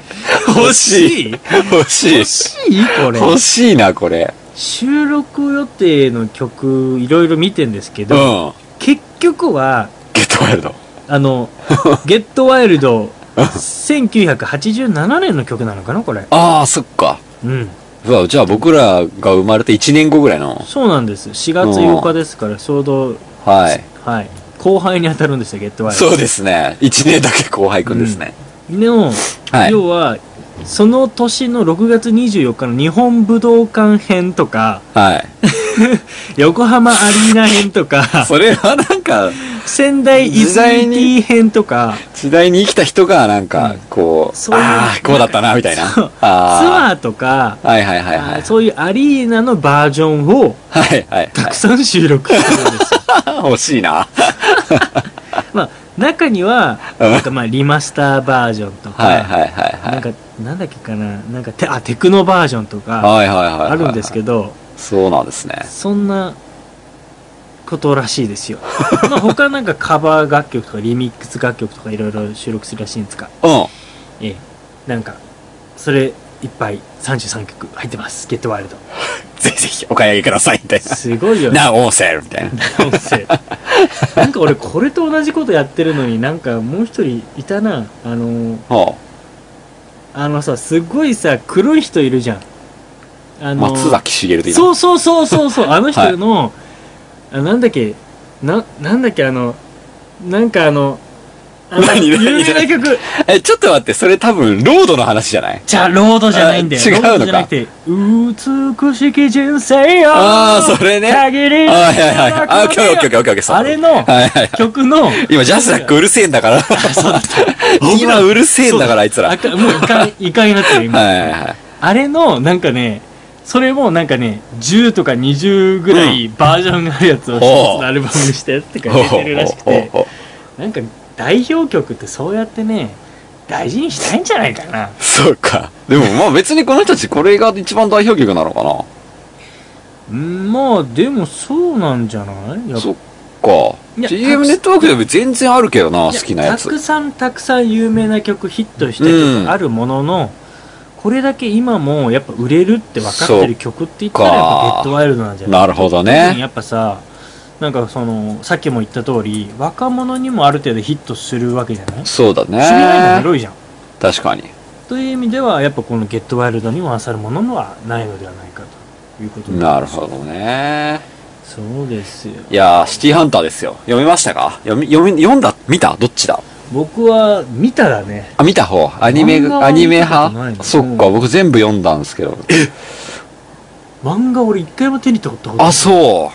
欲しい欲しい。 欲しいこれ。 欲しいな、これ。 収録予定の曲、いろいろ見てんですけうど、 ん。 結局は、 ゲットワイルド。 ゲットワイルド、1987年の曲なのかなこれ。 ああ、そっか。 うん。 うわ、じゃあ僕らが生まれて1年後ぐらいの。 そうなんです。4月8日ですから、ちょうど、 はい。 はい。後輩に当たるんですよ、ゲットワイルド。 そうですね。1年だけ後輩くんですね。 でも、 はい要は、その年の6月24日の日本武道館編とか、 はい。 横浜アリーナ編とか、 それはなんか、 仙台イズミティ編とか、 時代に生きた人がなんか、こう、 そういうああ、こうだったな、みたいな。 そうツあアーとか、 はいはいはいはい。 そういうアリーナのバージョンをはいはいたくさん収録してるんですよ。 はい。欲しいな。 まあ、中には、なんかまあリマスターバージョンとか、 はいはいはいはい。 なんか、なんだっけかな、なんかテクノバージョンとか、 はいはいはいはい。 あるんですけど、 そうなんですね。 そんなことらしいですよ。まあ他なんかカバー楽曲とかリミックス楽曲とかいろいろ収録するらしいんですが、 うん。 なんか、それいっぱい33曲入ってます。ゲットワイルド。 ぜひぜひお買い上げください、みたいな。 すごいよね。 な、オーセルみたいな。 音声なんか俺これと同じことやってるのになんかもう一人いたな。 はさ、すごいさ、黒い人いるじゃん。 松崎しげるでいいそうそうそうそうそう、あの人の、なんだっけ、なんだっけ、なんか何有名な曲。 ちょっと待って、それ多分、ロードの話じゃないじゃあ、ロードじゃないんだよ。 違うのかロードじゃなくて、美しき人生よ。 ああ、それね。 限りのはいはいはい。あ、オッケーオッケーオッケーオッケー。そうあれのはいはいはい。 曲の、 今、ジャスラックうるせえんだから。 そうだった。 今、うるせえんだから、あいつら。はいもういかになってる、今。 はいはい。 あれの、なんかね、それもなんかね、10とか20ぐらいバージョンがあるやつを一つのアルバムにしたやつとか出てるらしくて、なんか代表曲ってそうやってね、大事にしたいんじゃないかな。 そうか。でもまあ別にこの人たちこれが一番代表曲なのかな。 まあ、でもそうなんじゃないそっか。 いや GM ネットワークでも全然あるけどな、好きなやつ。 たくさん有名な曲、ヒットした曲あるものの、これだけ今もやっぱ売れるって分かってる曲って言ったらやっぱゲットワイルドなんじゃない？ なるほどね。 やっぱさ、なんかさっきも言った通り、若者にもある程度ヒットするわけじゃない？ そうだね。 それが今広いじゃん。 確かに。 という意味では、やっぱこのゲットワイルドにも勝るものはないのではないかということなるほどね。 そうですよ。 いやー、シティハンターですよ。読みましたか？読んだ？見た？どっちだ？ 僕は見ただね。 あ、見た方。アニメ派？そっか、僕全部読んだんですけど。 漫画俺一回も手に取ったことない。 あ、そう。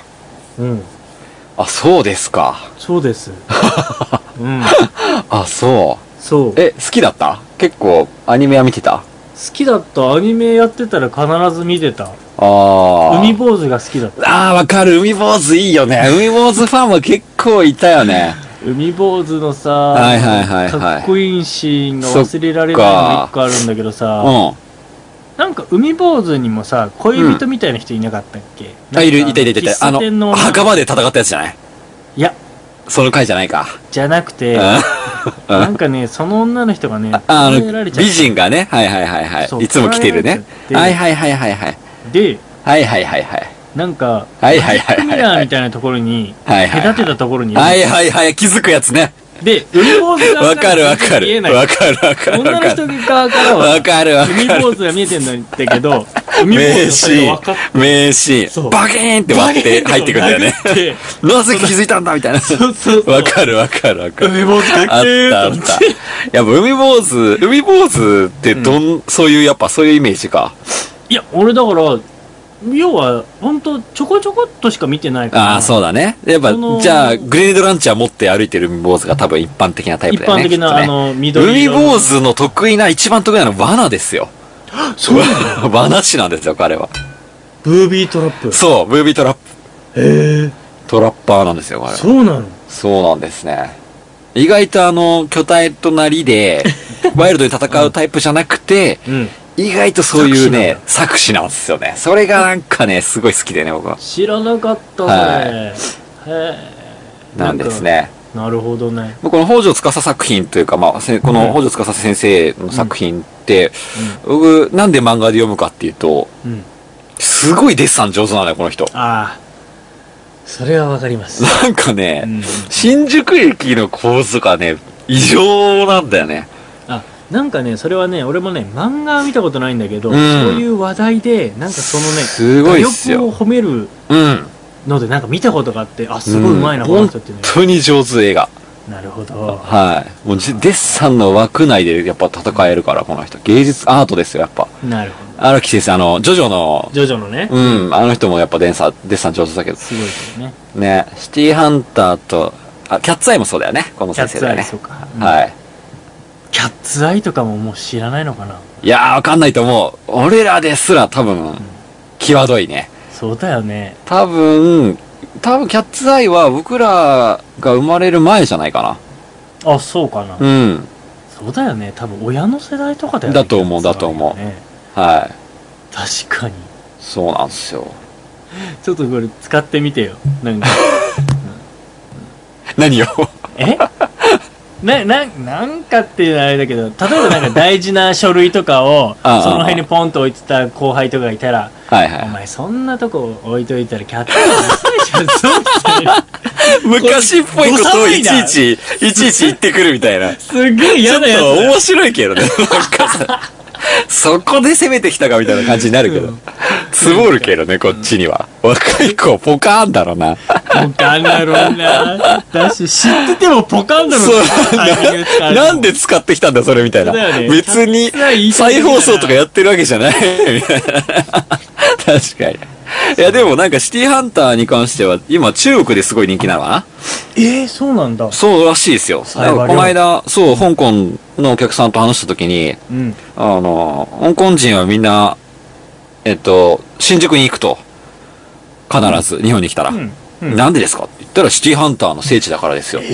うん。 あ、そうですか。 そうです。うん。 あ、そう。 そう。 好きだった？結構、アニメは見てた？ 好きだった。アニメやってたら必ず見てた。 ああ。 海坊主が好きだった。 ああ、わかる。海坊主いいよね。海坊主ファンも結構いたよね。 海坊主のさ、 はいはいはいはいかっこいいシーンが忘れられないのが一個あるんだけどさ、 うん。 なんか海坊主にもさ、恋人みたいな人いなかったっけ？ あ、いた。 喫茶店の墓場で戦ったやつじゃない？ いや、 その回じゃないか。 じゃなくて、 うんなんかね、その女の人がね、 美人がね、はいはいはいはい。いつも来てるね。はいはいはいはいはい。 で、 はいはいはいはい。 なんか、 はいはいはいはい。 ミラーみたいなところに、 はいはい。 隔てたところに、 はいはいはい、気づくやつね。 で、海坊主側わかるわかる。わかるわかる。 女の人側からは、 わかるわかる。 海坊主が見えてんだけど、海坊名主シーン。名シーン。バキーンって割って入ってくるんだよね。なぜ気づいたんだみたいな。 そうそうそう。 わかるわかるわかる。 海坊主かっけーあったあった。やっぱ海坊主ってそういうやっぱそういうイメージか。 いや、俺だから、要は、ほんと、ちょこちょこっとしか見てないから。 ああ、そうだね。やっぱ、じゃあ、グレネードランチャー持って歩いてる海坊主が多分一般的なタイプだよね。 一般的な、緑色。海坊主の一番得意なのは罠ですよ。 そうなの？ 罠師なんですよ、彼は。 ブービートラップ。 そう、ブービートラップ。 へえ。 トラッパーなんですよ、彼は。 そうなの？ そうなんですね。意外と巨体となりで、ワイルドに戦うタイプじゃなくて、意外とそういうね、作詞なんですよね。それがなんかね、すごい好きでね、僕は。 知らなかったね。へなんですね。 なるほどね。 この北条司作品というか、まあ、この北条司先生の作品って、僕、なんで漫画で読むかっていうと、すごいデッサン上手なのよ、この人。 ああ。それはわかります。 なんかね、新宿駅の構図がね、異常なんだよね。 なんかね、それはね、俺もね、漫画は見たことないんだけど、そういう話題で、なんかそのね、 すごいっすよ。 画力を褒めるので、なんか見たことがあって、あ、すごいうまいな、この人ってね。 本当に上手、映画。 なるほど。 はい。もうデッサンの枠内でやっぱ戦えるから、この人。芸術アートですよ、やっぱ。 なるほど。 荒木先生、ジョジョのね。あの人もやっぱデッサン上手だけど。 すごいですよね。 ね、シティハンターと、キャッツアイもそうだよね、この先生だよね。 キャッツアイ、そうか。はい。 キャッツアイとかももう知らないのかな。 いやー、わかんないと思う。俺らですら多分、際どいね。 そうだよね。 多分、キャッツアイは僕らが生まれる前じゃないかな。あ、そうかな。そうだよね。多分親の世代とかだよね。 だと思う。はい。 確かに。 そうなんですよ。 ちょっとこれ使ってみてよ。なんか。 何をなんかっていうのはあれだけど、例えばなんか大事な書類とかを、その辺にポンと置いてた後輩とかがいたら、お前そんなとこ置いといたらキャッツアイじゃん、そうみたいな。 昔っぽいことをいちいち言ってくるみたいな。 すげえ嫌なやつ。 ちょっと面白いけどね。なんかさ、そこで攻めてきたかみたいな感じになるけど。積もるけどね、こっちには。若い子、ポカーンだろうな。 ポカーンだろうな。だし、知っててもポカーンだろうな。なんで使ってきたんだ、それみたいな。別に、再放送とかやってるわけじゃない。みたいな。確かに。いや、でもなんかシティハンターに関しては、今中国ですごい人気なのかな。 そうなんだ。 そうらしいですよ。この間、そう、香港のお客さんと話したときに、香港人はみんな、新宿に行くと。必ず、日本に来たら。なんでですかって言ったら、シティハンターの聖地だからですよ。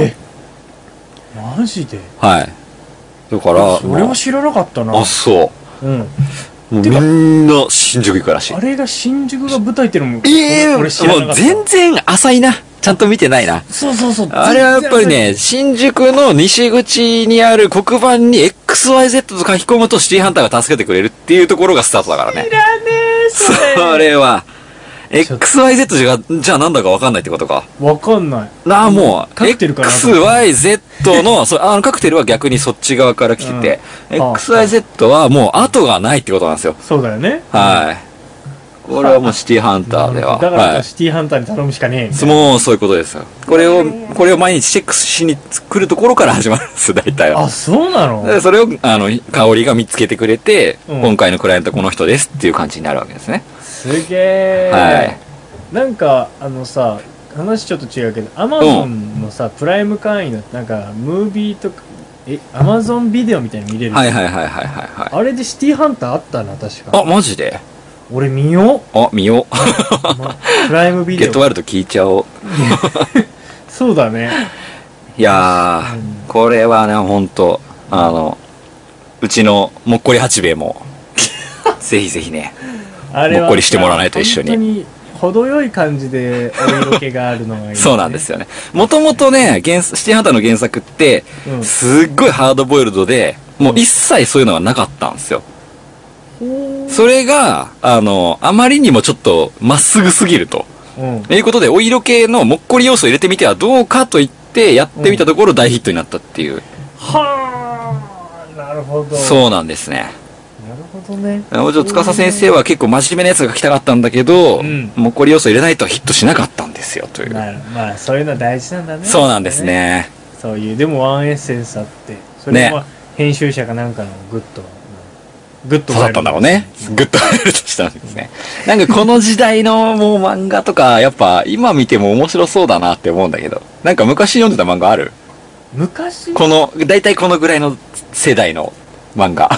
マジで？ はい。だから、 それは知らなかったな。 あ、そう。もうみんな新宿行くらしい。 あれが新宿が舞台ってのも、 俺知らなかった。もう全然浅いな。ちゃんと見てないな。 そう。 あれはやっぱりね、新宿の西口にある黒板に XYZ と書き込むとシティハンターが助けてくれるっていうところがスタートだからね。 いらねえ、 それは。XYZ じゃあなんだかわかんないってことか。 わかんない。 もう、 カクテルかな。 XYZ の、カクテルは逆にそっち側から来てて、XYZ はもう後がないってことなんですよ。 そうだよね。 はい。これはもうシティハンターでは。 だからシティハンターに頼むしかねえ。 もうそういうことですよ。これを毎日チェックしに来るところから始まるんです、大体は。 あ、そうなの？ でそれを、香りが見つけてくれて、今回のクライアントこの人ですっていう感じになるわけですね。 すげえ。はい。なんか、さ、話ちょっと違うけど、アマゾンのさ、プライム会員の、なんか、ムービーとか、アマゾンビデオみたいに見れる。 はい。 あれでシティハンターあったな、確か。 あ、マジで？ 俺見よう。 見よう。 プライムビデオ。 ゲットワールド聞いちゃおう。 そうだね。 いやー、これはね、ほんと、うちのもっこり八兵衛も、ぜひぜひね、もっこりしてもらわないと一緒に。 本当に程よい感じでお色気があるのがいい、ね。 そうなんですよね。もともとね、シティハンターの原作って、すっごいハードボイルドで、もう一切そういうのはなかったんですよ。それが、あまりにもちょっとまっすぐすぎると。いうことで、お色気のもっこり要素を入れてみてはどうかと言ってやってみたところ大ヒットになったっていう。 はあ、なるほど。 そうなんですね。 なるほどね。 もちろん司先生は結構真面目なやつが書きたかったんだけど、もっこり要素入れないとヒットしなかったんですよ、という。 まあ、そういうのは大事なんだね。 そうなんですね。 そういう、でもワンエッセンスあって、それは編集者かなんかのグッとそうだったんだろうね。グッと入るとしたんですね。なんかこの時代のもう漫画とか、やっぱ今見ても面白そうだなって思うんだけど、なんか昔読んでた漫画ある？ 昔？ だいたいこのぐらいの世代の漫画。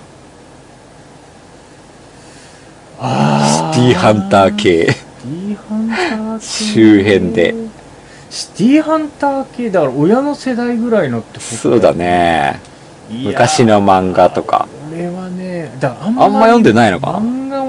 シティハンター系。周辺で。 シティハンター系だから親の世代ぐらいのってこと？ そうだね。昔の漫画とか。 俺はね、だからあんま読んでないのかな。 漫画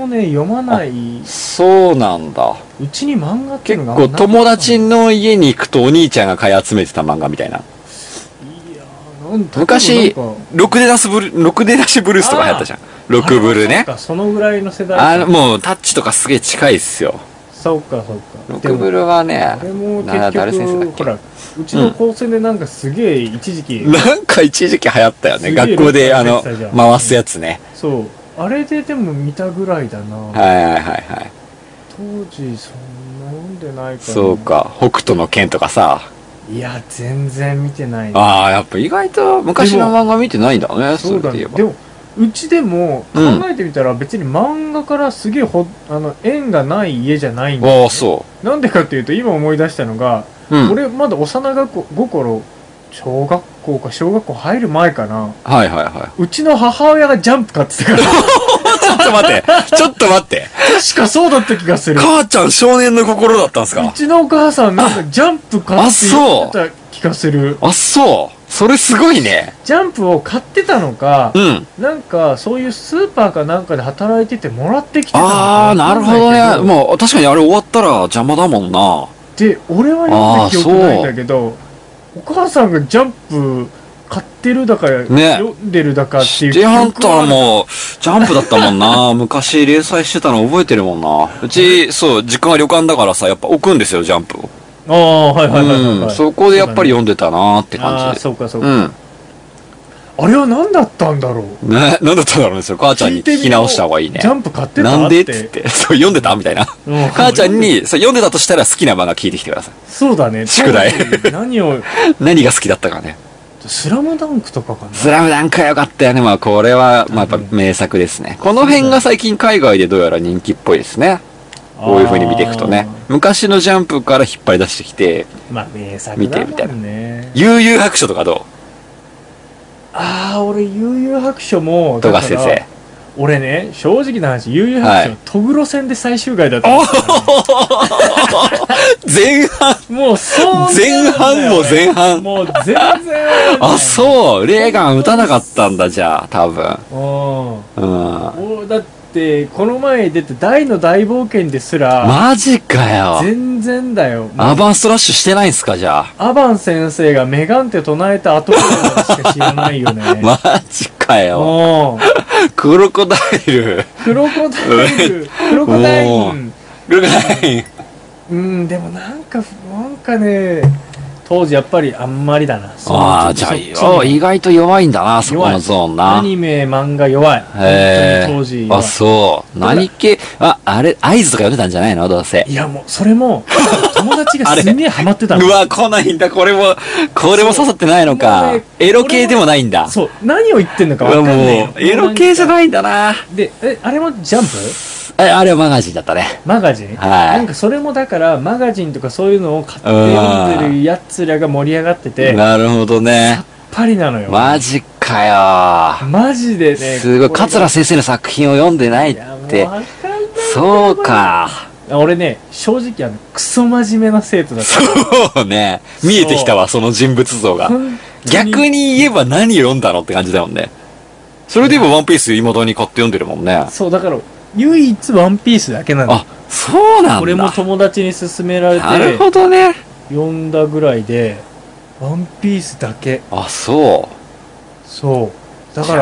もね読まない。 そうなんだ。 うちに漫画っていう結のが構友達の家に行くとお兄ちゃんが買い集めてた漫画みたいな。 いやなん昔ろくでなしブルースとか流行ったじゃん。ロクブルね。 そのぐらいの世代。 もうタッチとかすげえ近いっすよ。 そうか。 ロクブルはね、 あれも結誰先生だっけ。 局ほらうちの高専でなんかすげえ一時期、 なんか一時期流行ったよね。学校で回すやつね。 そうあれででも見たぐらいだな。 はい。 当時そんな読んでないから、ね、 そうか。北斗の拳とかさ。 いや全然見てない、ね、 ああやっぱ意外と昔の漫画見てないんだね。 そうだね。でもうちでも考えてみたら別に漫画からすげえ縁がない家じゃないんだよ、ね、 ああそう。 なんでかっていうと今思い出したのが、俺まだ幼心小学校か小学校入る前かな。 はい。 うちの母親がジャンプ買ってたからちょっと待って確かそうだった気がする。 母ちゃん少年の心だったんですか。 うちのお母さんなんかジャンプ買って言ってた気がする。 あそうそれすごいね。 ジャンプを買ってたのか、なんかそういうスーパーかなんかで働いててもらってきてたのか。 ああなるほどね。もう確かにあれ終わったら邪魔だもんな。 で俺は読んだ記憶ないんだけど、お母さんがジャンプ買ってるだか、ね、読んでるだかっていう記憶は。 シティハンターもジャンプだったもんな昔連載してたの覚えてるもんな。うちそう実家が旅館だからさやっぱ置くんですよジャンプを。 ああはい、 そこでやっぱり読んでたなーって感じで。 あそうか、あれは何だったんだろうね。何だったんだろうね。それ母ちゃんに聞き直した方がいいね。 ジャンプ買ってたなんでっつってそう読んでたみたいな。母ちゃんにそう読んでたとしたら好きな漫画聞いてきてください。 そうだね。 宿題何が好きだったかね。 スラムダンクとかかな。 スラムダンクは良かったよね。まあこれはまあやっぱ名作ですね。この辺が最近海外でどうやら人気っぽいですね。こういう風に見ていくとね、昔のジャンプから引っ張り出してきて、 まあ名作だもんね。見てみたいな。 悠々白書とかどう？ ああ、俺悠々白書も富樫先生。 俺ね、正直な話、悠々白書のトグロ戦で最終回だったんですよ、ね。 前半もうそう前半も前半もう全然あ、そう、レーガン打たなかったんだ、じゃあ多分。 だってこの前出て大の大冒険ですらマジかよ。 全然だよ。 アバンストラッシュしてないんすか、じゃあ。 アバン先生がメガンテ唱えた後ぐらいしか知らないよね。 マジかよ。クロコダイルクロコダインでもなんかね、当時やっぱりあんまりだな。 ああ、じゃあ意外と弱いんだな、そこのゾーンな。 アニメ漫画弱い。 へえ。 当時あ、そう何系。あれ合図とか読んでたんじゃないの、どうせ。 いやもうそれも友達がすげえハマってたの。 うわ、来ないんだ。これも刺さってないのか。エロ系でもないんだ。 そう、何を言ってんのか分かんない。 もうエロ系じゃないんだな。 で、あれもジャンプ？ あれはマガジンだったね。 マガジン？なんかそれもだからマガジンとかそういうのを買って読んでるやつらが盛り上がってて。 なるほどね。 さっぱりなのよ。 マジかよ。 マジでね。 すごい。桂先生の作品を読んでないって。そうか。 俺ね、正直クソ真面目な生徒だった。 そうね。見えてきたわ、その人物像が。逆に言えば何読んだのって感じだもんね。それで言えばワンピース未だに買って読んでるもんね。 そう、だから唯一ワンピースだけなんだ。 あ、そうなんだ。 俺も友達に勧められて、 なるほどね。 読んだぐらいで、ワンピースだけ。 あ、そう。 そう。だから、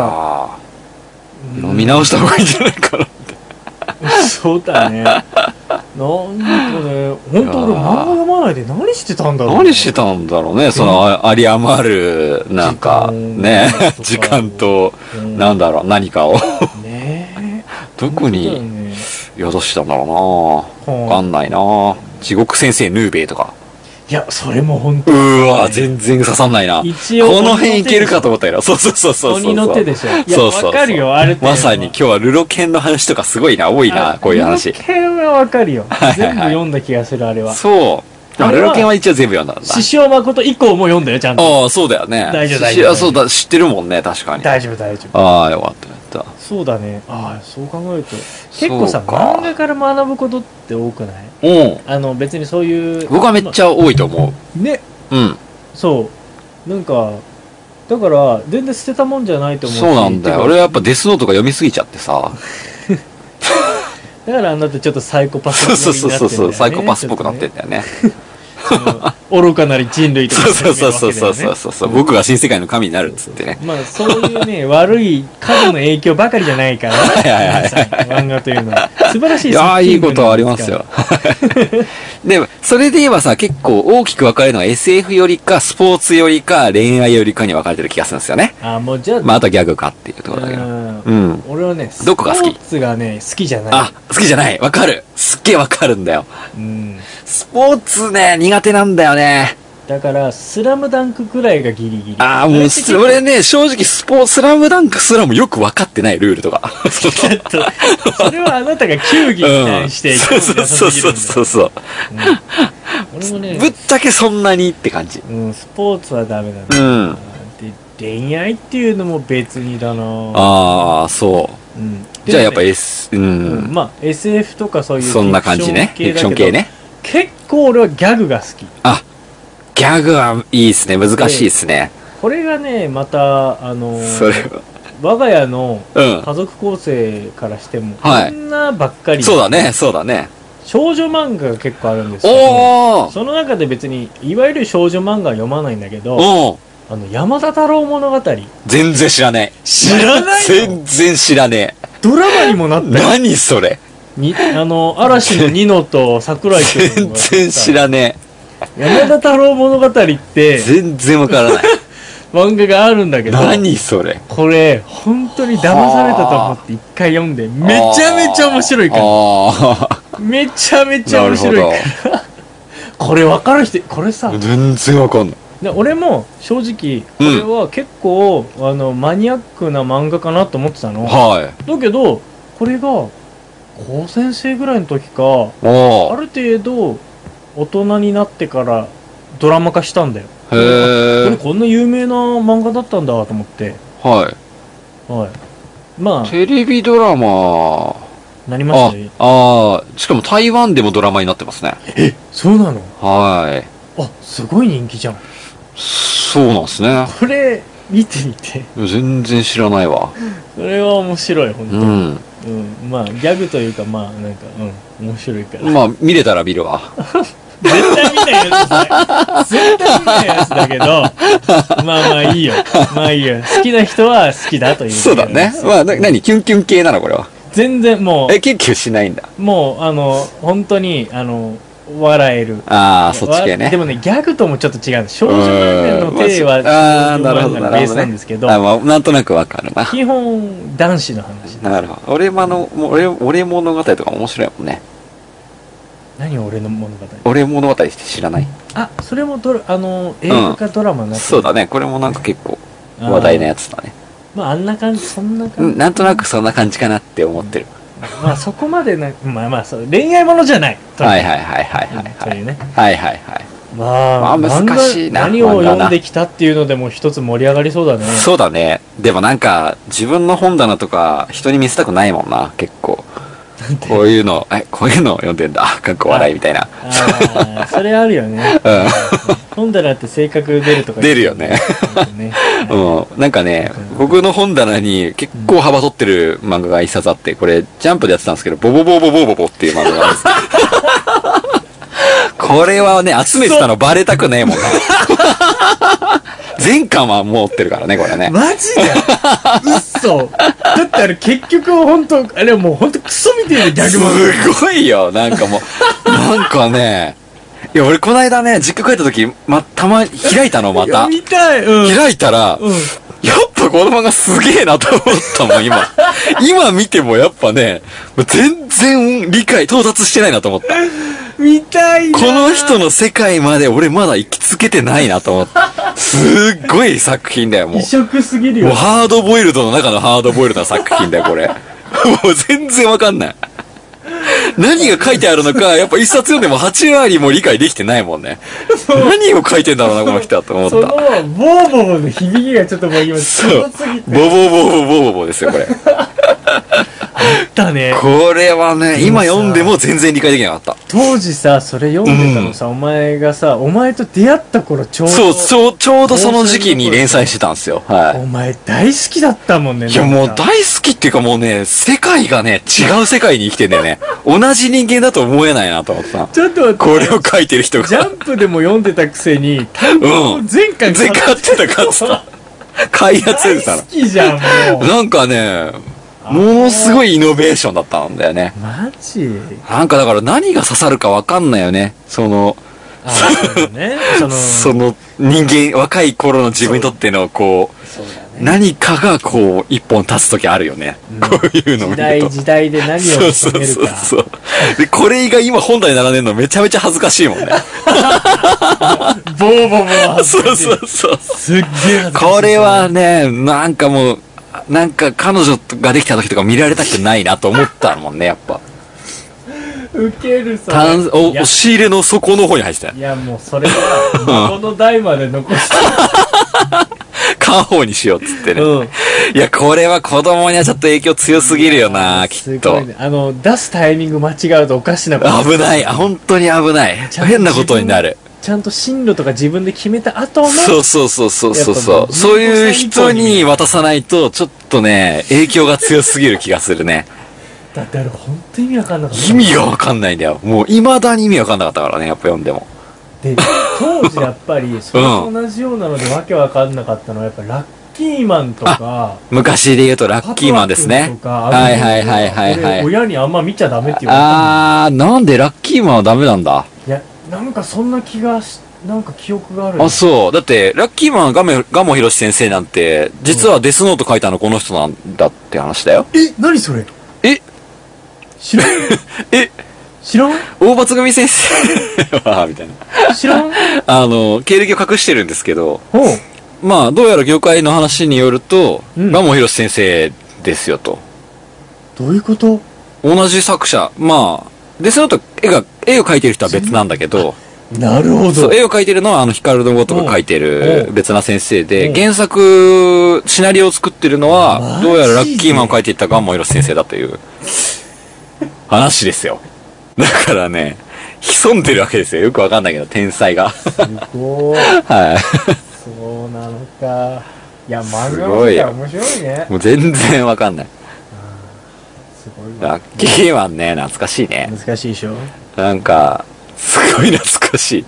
飲み直した方がいいんじゃないかなって。 そうだね。なんかね、本当俺漫画読まないで何してたんだろう。 何してたんだろうね、その有り余る、なんか、ね、時間と、なんだろう、何かを。ねどこに宿したんだろうな。わかんないな。地獄先生ヌーベイとか。 いや、それも本当に。わ、全然刺さんないな。一応。この辺いけるかと思ったけど。そう。 鬼の手でしょ。いや、わかるよ、あれ。 まさに今日はルロケンの話とかすごいな、多いな、こういう話。 ルロケンはわかるよ。全部読んだ気がする、あれは。 そう。ルロケンは一応全部読んだんだ。 獅子王誠以降も読んだよ、ちゃんと。 ああ、そうだよね。 大丈夫。 そうだ、知ってるもんね、確かに。 大丈夫。 ああ、よかった。 そうだね。ああ、そう考えると。結構さ、漫画から学ぶことって多くない？別にそういう。 僕はめっちゃ多いと思う。 ね。そう。なんか、だから、全然捨てたもんじゃないと思うし。 そうなんだよ。俺はやっぱデスノートが読みすぎちゃってさ。 だからあなたちょっとサイコパスそうそうそうそう、サイコパスっぽくなってんんだよね。 愚かなり人類とかそうそうそうそうそうそう、僕が新世界の神になるっつってね。 まあそういうね悪い過度の影響ばかりじゃないから皆さん漫画というのは素晴らしい。 いやー、いいことはありますよ。でもそれで言えばさ、結構大きく分かれるのは SF よりかスポーツよりか恋愛よりかに分かれてる気がするんですよね。 あ、もうじゃあまああとはギャグかっていうところだけど。うん。 俺はねどこが好き？ スポーツがね好きじゃない。 あ、好きじゃない。わかる。すっげえわかるんだよ。 うん。 スポーツね、苦手なんだよね。 だからスラムダンクくらいがギリギリ。 ああ、もう俺ね、正直スラムダンクすらもよく分かってないルールとか。 ちょっとそれはあなたが球技に対して興味なさすぎるんだよ。 そうそう。 俺もね、 ぶっちゃけそんなにって感じ。 うん、スポーツはダメだね。 うん。 で、恋愛っていうのも別にだな。 ああ、そう。 うん。 じゃあやっぱまあ SF とかそういうそんな感じね。フィクション系ね。 結構俺はギャグが好き。 あ、ギャグはいいですね。難しいですね。 これがね、また、 それは我が家のうん家族構成からしても、 はいこんなばっかり、 そうだね、そうだね。 少女漫画が結構あるんですけど、 おーその中で別に、いわゆる少女漫画は読まないんだけど、 おー山田太郎物語、 全然知らねえ。 知らないの？ 全然知らねドラマにもなっえ。 たよ。 何それ。 嵐のニノと桜井君全然知らね山田太郎物語ってえ。全然わからない。 漫画があるんだけど、 何それ。 これ本当に騙されたと思って一回読んで、めちゃめちゃ面白いから、 あめちゃめちゃ面白いからこれ分かる人、これさあ。全然わかんない。 で俺も正直これは結構、マニアックな漫画かなと思ってたの。 はい。 だけどこれが高専生ぐらいの時か、 おーある程度大人になってからドラマ化したんだよ。 へえ。 こんな有名な漫画だったんだと思って。 はい。 まあテレビドラマ、 なりましたね。 しかも台湾でもドラマになってますね。 そうなの？ はい。 すごい人気じゃん。 そうなんですね。 これ見てみて。 全然知らないわ。 これは面白い本当に。 うん。 まあギャグというか、まあなんか面白いから。 まあ見れたら見るわ。 絶対見ないやつだ。絶対見ないやつだけど、まあまあいいよ。まあいいよ。好きな人は好きだという。 そうだね。まあ何キュンキュン系なのこれは。 全然もう。 キュンキュンしないんだ。 もう本当に笑える。 ああ、そっち系ね。 でもね、ギャグともちょっと違う。少女漫画の体は少女漫画のベースなんですけど、 なんとなくわかるな。 基本男子の話。 なるほど。俺物語とか面白いもんね。 何俺の物語？ 俺物語って知らない？ あ、それも映画かドラマになってる。 そうだね。これもなんか結構話題なやつだね。 まああんな感じ、そんな感じ。 なんとなくそんな感じかなって思ってる。 まあそこまでまあそう恋愛ものじゃない。 はいはいはいはいはいそういうね。 はいはいはい。 まあ難しいな。 何を読んできたっていうのでも一つ盛り上がりそうだね。 そうだね。でもなんか自分の本棚とか人に見せたくないもんな、結構。こういうの読んでんだ。かっこ笑いみたいな。 それあるよね。本棚って性格出るとか。 出るよね。なんかね、僕の本棚に結構幅取ってる漫画が一冊あって、これジャンプでやってたんですけど、ボボボボボボボっていう漫画があるんです。これはね、集めてたのバレたくねえもんな。全巻は持ってるからね、これね。 マジで嘘。だって結局本当あれはもう本当クソみたいなギャグ漫画。すごいよ、なんかもう。なんかね、いや、俺この間ね、実家帰った時、たまに開いたの、また。 見たい。 開いたら、やっぱこの漫画すげえなと思ったもん、今。今見てもやっぱね、全然到達してないなと思った。 見たいな。 この人の世界まで俺まだ行きつけてないなと思った。すっごい作品だよ、もう。 異色すぎるよ。 もうハードボイルドの中のハードボイルドな作品だよ、これ。もう全然わかんない。何が書いてあるのか、やっぱ一冊読んでも8割も理解できてないもんね。何を書いてんだろうな、この人はと思った。 その、ボーボーの響きがちょっともう今、 そう。ボボボボボボボですよ、これ。 たね。 これはね、今読んでも全然理解できなかった。 当時さ、それ読んでたのさ、お前がさ、お前と出会った頃ちょうど。 そう、ちょうどその時期に連載してたんですよ。はい。 お前大好きだったもんね。 いや、もう大好きっていうかもうね、世界がね、違う世界に生きてんだよね。同じ人間だと思えないなと思ってた。 ちょっと待って。 これを書いてる人が。 ジャンプでも読んでたくせに、単語を前回買ってた。買い集めてたの。 好きじゃん、もう。 なんかね、ものすごいイノベーションだったんだよね。 マジ？ なんかだから何が刺さるかわかんないよね。そうね。 その人間、若い頃の自分にとってのこう、何かがこう、一本立つときあるよね。こういうのを見ると。 時代で何を求めるか。 そう。で、これが今本題に並んでるのめちゃめちゃ恥ずかしいもんね。 ボーボーもそう。すっげえ恥ずかしい。これはね、なんかもう、なんか彼女ができた時とか見られたくないなと思ったもんね、やっぱ。 ウケるさ。 押し入れの底の方に入ってたよ。 いや、もうそれは、この代まで残して。 過方にしようっつってね。いや、これは子供にはちょっと影響強すぎるよな、きっと。 出すタイミング間違うとおかしなこと。 危ない。本当に危ない。変なことになる。 ちゃんと進路とか自分で決めた後の。 そう。そういう人に渡さないと、ちょっとね、影響が強すぎる気がするね。 だってあれ本当に意味わかんなかった。 意味がわかんないんだよ。もう未だに意味わかんなかったからね、やっぱ読んでも。 で、当時やっぱり、それと同じようなのでわけわかんなかったのは、やっぱラッキーマンとか。 昔で言うとラッキーマンですね。はい。 親にあんま見ちゃダメって言われた。 なんでラッキーマンはダメなんだ。 いや、なんかそんな気がなんか記憶がある。 そう。だって、ラッキーマンガモヒロシ先生なんて、実はデスノート書いたのこの人なんだって話だよ。 何それ？知らん？知らん？ 大罰組先生は、みたいな。 知らん？ 経歴を隠してるんですけど、まあ、どうやら業界の話によると、ガモヒロシ先生ですよと。 どういうこと？ 同じ作者。まあ、デスノート絵を描いてる人は別なんだけど、 なるほど。 絵を描いてるのはヒカルのごとく描いてる別な先生で、原作、シナリオを作ってるのは、どうやらラッキーマンを描いていたガンモヒロシ先生だという話ですよ。だからね、潜んでるわけですよ。よくわかんないけど、天才が。 すごい。 はい。 そうなのか。いや、漫画も面白いね。 もう全然わかんない。 すごい。 ラッキーマンね、懐かしいね。 難しいでしょ。 なんか、すごい懐かしい。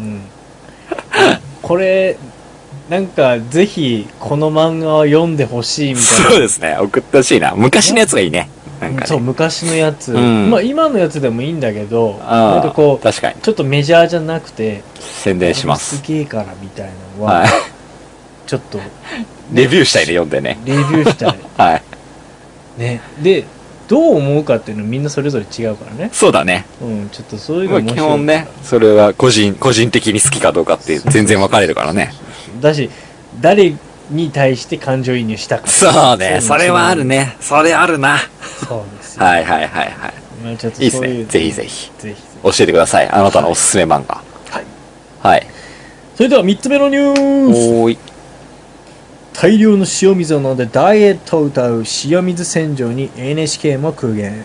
これ、なんか、ぜひ、この漫画を読んでほしいみたいな。 そうですね。送ってほしいな。昔のやつがいいね。なんかね、 そう、昔のやつ。まあ、今のやつでもいいんだけど、なんかこう、 確かにちょっとメジャーじゃなくて、 宣伝します。 すげえからみたいなのは、ちょっと、 レビューしたいね、読んでね。 レビューしたい。 はい。 ね。で、どう思うかっていうのはみんなそれぞれ違うからね。 そうだね。 ちょっとそういうのも基本ね、それは個人的に好きかどうかって全然分かれるからね。 だし、誰に対して感情移入したか。 そうね、それはあるね。それあるな。 そうですよ。 はい。 まあちょっといいですね。ぜひ。 ぜひ。 教えてください。あなたのおすすめ漫画。はい。 それでは3つ目のニュース。大量の塩水を飲んでダイエットを歌う塩水洗浄に NHK も空言。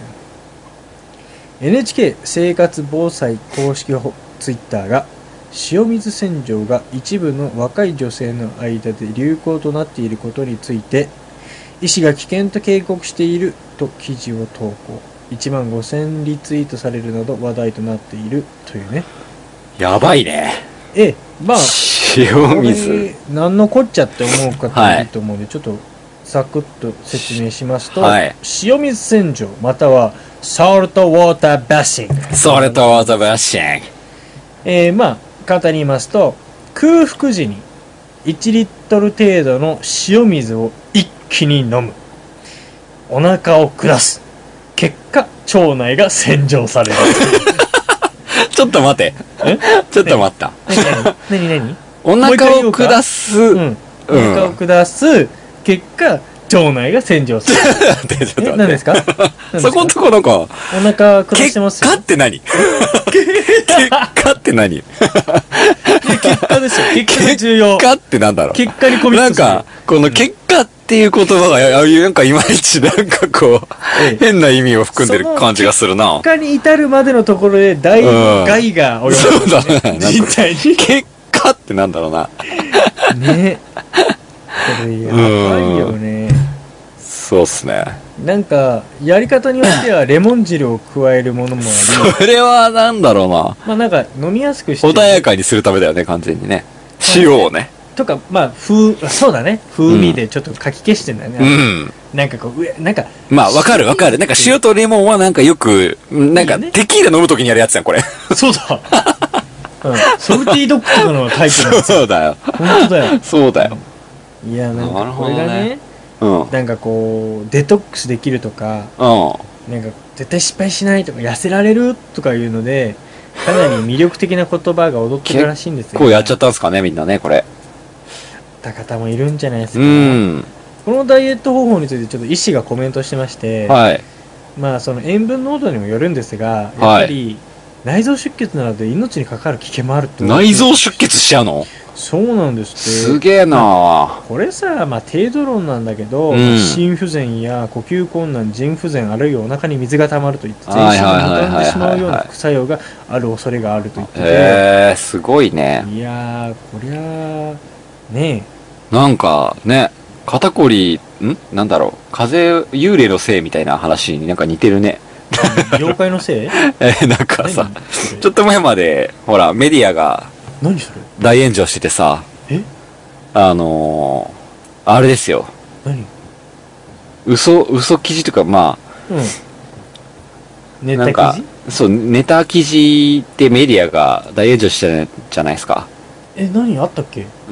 NHK 生活防災公式ツイッターが塩水洗浄が一部の若い女性の間で流行となっていることについて、医師が危険と警告していると記事を投稿。1万5000リツイートされるなど話題となっているというね。 やばいね。 まあ塩水何のこっちゃって思う方いいと思うので、ちょっとサクッと説明しますと、塩水洗浄またはソルトウォーターバッシング。 ソルトウォーターバッシング。 まあ簡単に言いますと、空腹時に1リットル程度の塩水を一気に飲む。お腹を下す。結果腸内が洗浄される。 ちょっと待て。ちょっと待った。 何お腹を下す。 お腹を下す。結果、 腸内が洗浄する。 でちょっと待って何ですか？ そこんとこなんか、 お腹下してますよ。 結果って何結果って何結果ですよ。結果が重要。 結果ってなんだろう結果にコミットする。 なんか、この結果っていう言葉が、なんかいまいちなんかこう、変な意味を含んでる感じがするな。 結果に至るまでのところで大害が及ぶ、ね。 そうだね。 人体に。 結果ってなんだろうな。 ね。これやばいよね。 そうっすね。 なんか、やり方によってはレモン汁を加えるものもあり。 それはなんだろうな。 まあなんか飲みやすくして。 穏やかにするためだよね、完全にね。塩をね。 とか、まあ、そうだね。風味でちょっとかき消してんだよね。 うん。 なんかこう、なんか。 まあ、わかる。なんか塩とレモンはなんかよく、なんかテキーラ飲むときにやるやつやん、これ。 そうだ。うん。ソルティードッグとかのタイプのやつ。 そうだよ。 本当だよ。 そうだよ。 いや、なんかこれがね、 うん。 なんかこう、デトックスできるとか、 うん。 なんか絶対失敗しないとか、痩せられるとかいうので、かなり魅力的な言葉が踊ってるらしいんですよ。 こうやっちゃったんすかね、みんなね、これ。 た方もいるんじゃないですか。このダイエット方法についてちょっと医師がコメントしてまして、 はい。 まあその塩分濃度にもよるんですが、やっぱり内臓出血などで命に関わる危険もあるって。 内臓出血しちゃうの？ そうなんですって。 すげえなこれさ、まあ程度論なんだけど、心不全や呼吸困難、腎不全、あるいはお腹に水が溜まるといって全身が傷んでしまうような副作用がある恐れがあると言ってて。 へえ、すごいね。 いやー、こりゃー、ねえ。なんかね、肩こり、なんだろう、幽霊のせいみたいな話になんか似てるね。 妖怪のせいなんかさ、ちょっと前まで、ほら、メディアが、 何それ大炎上しててさ、あれですよ。 何嘘記事とか、まあ、 ネタ記事？ そう、ネタ記事でメディアが大炎上したじゃないですか。 何あったっけ？ うん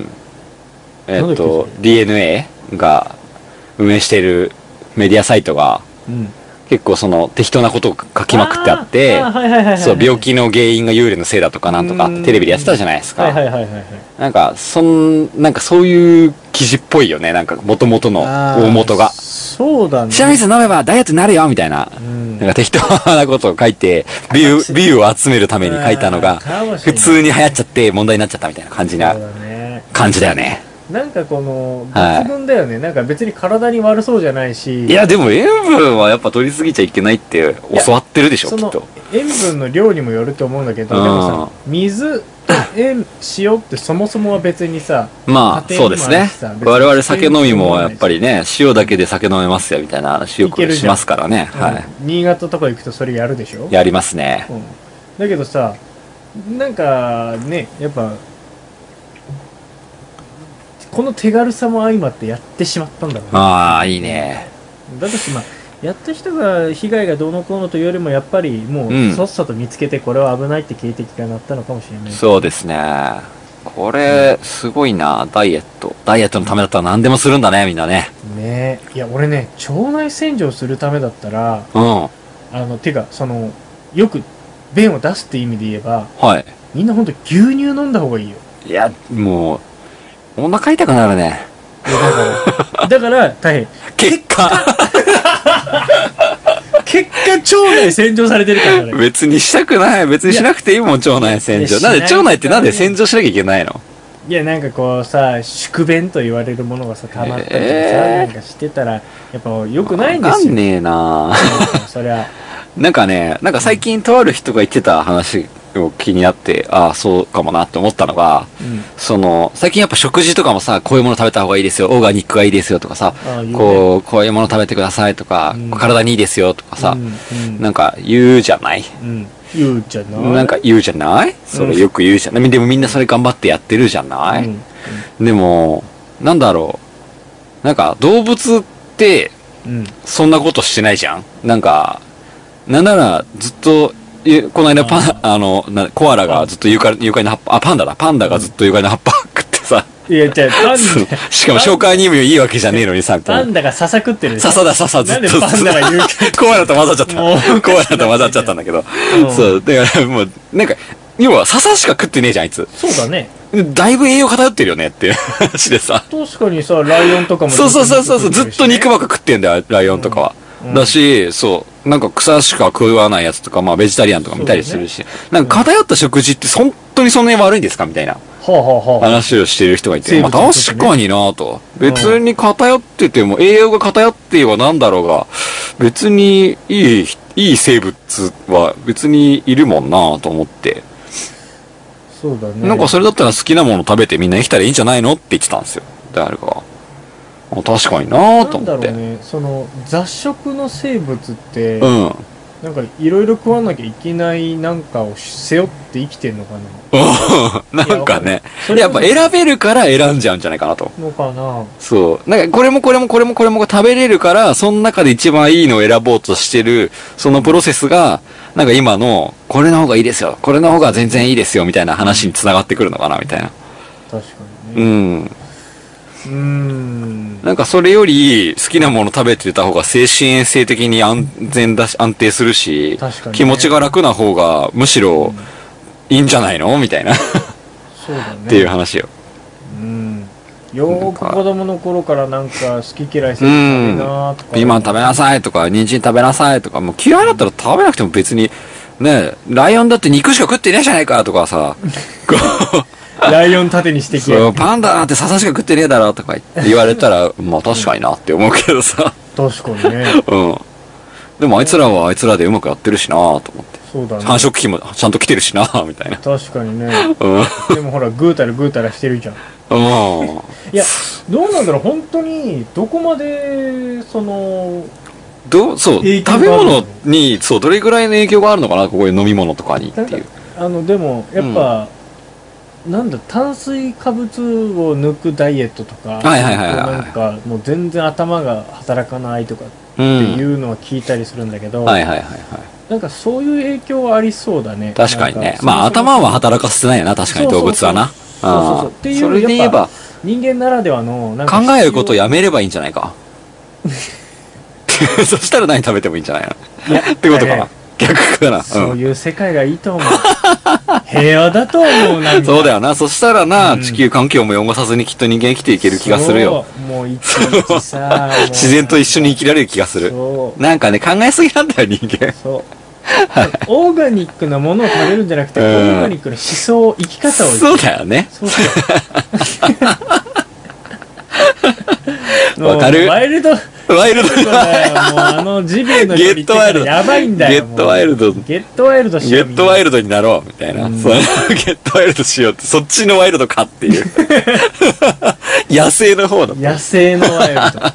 。DNA が運営しているメディアサイトが、結構その適当なことを書きまくってあって、そう、病気の原因が幽霊のせいだとかなんとかテレビでやってたじゃないですか。なんか、なんかそういう記事っぽいよね。なんか元々の大元が。 そうだね。 白水飲めばダイエットになるよみたいな。なんか適当なことを書いて、ビューを集めるために書いたのが、普通に流行っちゃって問題になっちゃったみたいな感じだよね。 なんかこの抜群だよね、なんか別に体に悪そうじゃないし。 いやでも塩分はやっぱ取りすぎちゃいけないって教わってるでしょ、きっと。 塩分の量にもよると思うんだけど、でもさ、水、塩ってそもそもは別にさ、 まあそうですね。我々酒飲みもやっぱりね、塩だけで酒飲めますよみたいな話よくしますからね。 新潟とか行くとそれやるでしょ？ やりますね。 だけどさ、なんかね、やっぱこの手軽さも相まってやってしまったんだろうね。 ああ、いいね。 だとして、まあ、やった人が被害がどうのこうのというよりも、やっぱりもう、さっさと見つけて、これは危ないって警笛が鳴ったのかもしれない。 そうですね。これ、すごいな、ダイエット。ダイエットのためだったら何でもするんだね、みんなね。 ねえ。いや、俺ね、腸内洗浄するためだったら、てか、よく、便を出すって意味で言えば、みんなほんと牛乳飲んだ方がいいよ。 いや、もう、お腹痛くなるね。 だから、大変。 結果腸内洗浄されてるからね。 別にしたくない。別にしなくていいもん、腸内洗浄。なんで腸内ってなんで洗浄しなきゃいけないの？ いや、なんかこうさ、宿便と言われるものがさ、溜まったりとかさ、なんかしてたら、やっぱ良くないんですよ。 わかんねえなそりゃ。 なんかね、なんか最近とある人が言ってた話を気になって、ああ、そうかもなって思ったのが、最近やっぱ食事とかもさ、こういうもの食べた方がいいですよ、オーガニックがいいですよとかさ、こういうもの食べてくださいとか、体にいいですよとかさ、なんか言うじゃない？ 言うじゃない？ なんか言うじゃない？それよく言うじゃない？でもみんなそれ頑張ってやってるじゃない？でも、なんだろう、なんか動物って、そんなことしてないじゃん？なんか、なんならずっと、この間コアラがずっと床に葉っぱ、パンダがずっと床に葉っぱ食ってさ。 いや、じゃあパンダ。 しかも消化にもいいわけじゃねえのにさ。 パンダが笹食ってるでしょ。 笹ずっと。 なんでパンダが言うか。 コアラと混ざっちゃった。コアラと混ざっちゃったんだけど。そう、だからもう、なんか、要は笹しか食ってねえじゃん、あいつ。 そうだね。 だいぶ栄養偏ってるよねっていう話でさ。 確かにさ、ライオンとかも、 そう、ずっと肉ばっか食ってんだよ、ライオンとかは。だし、そう、なんか草しか食わないやつとか、まあベジタリアンとか見たりするし、なんか偏った食事って本当にそんなに悪いんですかみたいな話をしてる人がいて、まあ確かになぁと。別に偏ってても、栄養が偏っていればなんだろうが、別にいい生物は別にいるもんなぁと思って。 そうだね。 なんかそれだったら好きなもの食べてみんな生きたらいいんじゃないのって言ってたんですよ。誰かが。確かになぁと思って。 なんだろうね、その雑食の生物って、 うん。 なんかいろいろ食わなきゃいけないなんかを背負って生きてんのかな。なんかね、やっぱ選べるから選んじゃうんじゃないかなと。 のかな。 そう。なんかこれも食べれるから、その中で一番いいのを選ぼうとしてる、そのプロセスが、なんか今の、これの方がいいですよ。これの方が全然いいですよ。みたいな話に繋がってくるのかな、みたいな。 確かにね。 なんかそれより好きなもの食べてた方が精神衛生的に安全だし、安定するし、 ね、 気持ちが楽な方がむしろいいんじゃないのみたいな。 そうだね。 っていう話よ。 よーく子供の頃からなんか好き嫌いするなとか。 ピーマン食べなさいとか、人参食べなさいとか、もう嫌いだったら食べなくても別に、ね、ライオンだって肉しか食ってねえじゃないかとかさ、 ライオン縦にしてきそう、パンダなんて笹しか食ってねえだろとか言われたら、まあ確かになって思うけどさ。 確かにね。 でもあいつらはあいつらでうまくやってるしなと思って。 そうだね。 繁殖期もちゃんと来てるしなみたいな。 確かにね。でもほら、ぐうたらしてるじゃん。いや、どうなんだろう、本当に、どこまで、そう、 食べ物に、そう、どれぐらいの影響があるのかな、こういう飲み物とかにっていう。 でも、やっぱ、なんだ、炭水化物を抜くダイエットとか、なんか、もう全然頭が働かないとかっていうのは聞いたりするんだけど、なんかそういう影響はありそうだね。 確かにね。まあ頭は働かせてないよな、確かに動物はな。 そうっていう、それで言えば、人間ならではの、 なんか考えることをやめればいいんじゃないか。そしたら何食べてもいいんじゃないのってことかな。逆かな。 そういう世界がいいと思う。平和だと思うな。 そうだよな。そしたらな、地球環境も汚さずにきっと人間生きていける気がするよ。 もういちいちさ、 自然と一緒に生きられる気がする。なんかね、考えすぎなんだよ、人間。 そう。オーガニックなものを食べるんじゃなくて、オーガニックな思想、生き方を。 そうだよね。 そうだよ。 わかる。 ワイルドだよ。もうジビエのゲットワイルド。 やばいんだよ。 ゲットワイルド。 ゲットワイルドしよう。 ゲットワイルドになろう、みたいな。そう。ゲットワイルドしようって、そっちのワイルドかっていう。野生の方の。 野生のワイルド。そうだ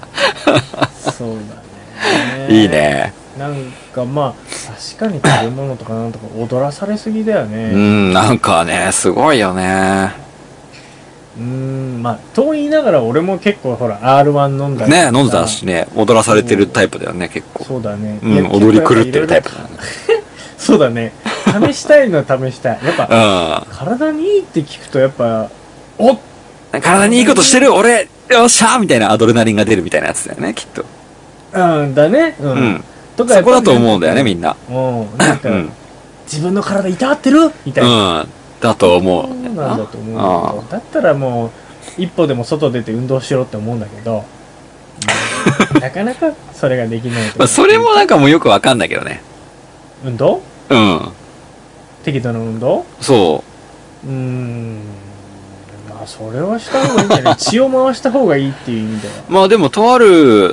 ね。 いいね。 なんかまあ、確かに食べ物とかなんとか踊らされすぎだよね。 なんかね、すごいよね。 まあ、と言いながら俺も結構ほら、R1 飲んだりね、飲んだしね、踊らされてるタイプだよね、結構。 そうだね。 踊り狂ってるタイプだね。 そうだね。試したいのは試したい。やっぱ、体にいいって聞くとやっぱ、 体にいいことしてる俺よっしゃーみたいなアドレナリンが出るみたいなやつだよね、きっと。 だね。 とかそこだと思うんだよね、みんな。 なんか、自分の体痛ってるみたいな。 だと思う。 そうなんだと思う。だったらもう、一歩でも外出て運動しろって思うんだけど、なかなかそれができないと。 それもなんかもうよくわかんないけどね。 運動？適度な運動？ そう。 まあそれはした方がいいんじゃない？血を回した方がいいっていう意味では。 まあでもとある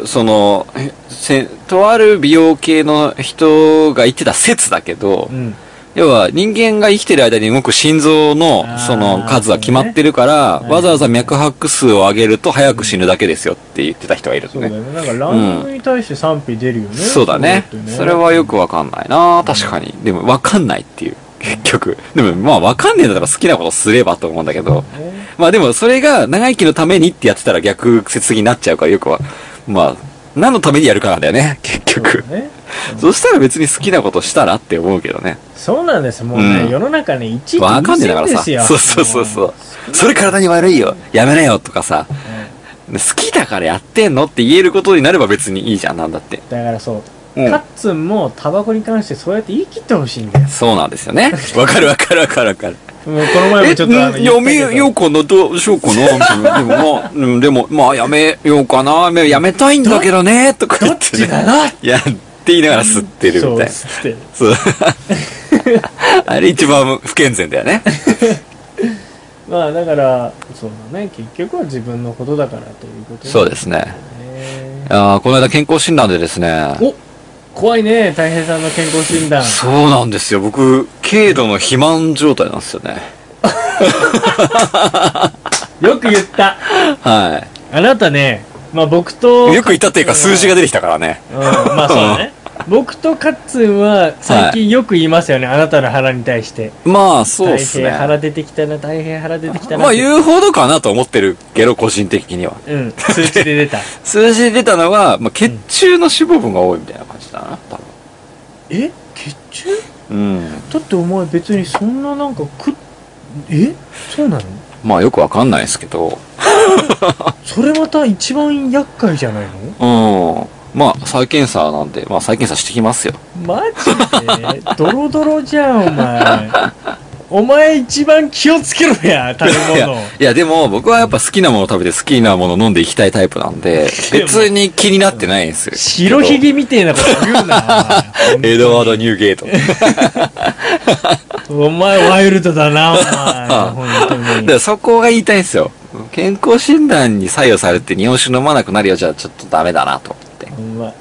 美容系の人が言ってた説だけど、要は人間が生きてる間に動く心臓のその数は決まってるから、わざわざ脈拍数を上げると早く死ぬだけですよって言ってた人がいるね。 そうだね。なんかランニングに対して賛否出るよね。 そうだね。それはよくわかんないな、確かに。でもわかんないっていう。結局。でもまあわかんねえんだから好きなことすればと思うんだけど。まあでもそれが長生きのためにってやってたら逆説的になっちゃうからよくは。まあ、何のためにやるかなんだよね、結局。そしたら別に好きなことしたらって思うけどね。 そうなんです。もうね、世の中ね、一わかんねえだからさ。そう。それ体に悪いよ。やめなよとかさ。好きだからやってんのって言えることになれば別にいいじゃん、なんだって。 だからそう。カッツンもタバコに関してそうやって言い切ってほしいんだよ。 そうなんですよね。わかる。 もうこの前もちょっとやめようかな、どうしようかな、みたいな。でもまあやめようかな、やめたいんだけどね、とか言ってね。 どっちだなやって言いながら吸ってるみたいな。 そう、吸ってる。 そう。あれ一番不健全だよね。 まあだから、そうだね、結局は自分のことだからということそうですね。この間健康診断でですね。 お、怖いね、たい平さんの健康診断。 そうなんですよ。僕、軽度の肥満状態なんですよね。 よく言った。 はい。 あなたね、まあ僕と。 よく言ったっていうか数字が出てきたからね。 うん、まあそうだね。僕とカッツンは最近よく言いますよね、あなたの腹に対して。 まあそうっすね。 大変腹出てきたな、大変腹出てきたな。 まあ言うほどかなと思ってるけど、個人的には。 うん、数値で出た。 数字で出たのは、まあ、血中の脂肪分が多いみたいな感じだな、多分。 え、血中？ うん。 だってお前別にそんななんかそうなの？ まあよくわかんないですけど。 それまた一番厄介じゃないの？ うん。まあ再検査なんで、まあ再検査してきますよ。 マジでドロドロじゃん、お前。お前一番気をつけろや、食べ物。 いやでも僕はやっぱ好きなもの食べて好きなもの飲んでいきたいタイプなんで、別に気になってないんですよ。 白ひげみてえなこと言うな。 エドワード・ニューゲート。 お前ワイルドだな、お前。本当に。 だからそこが言いたいんですよ。健康診断に左右されて日本酒飲まなくなるよ、じゃあちょっとダメだなと思って。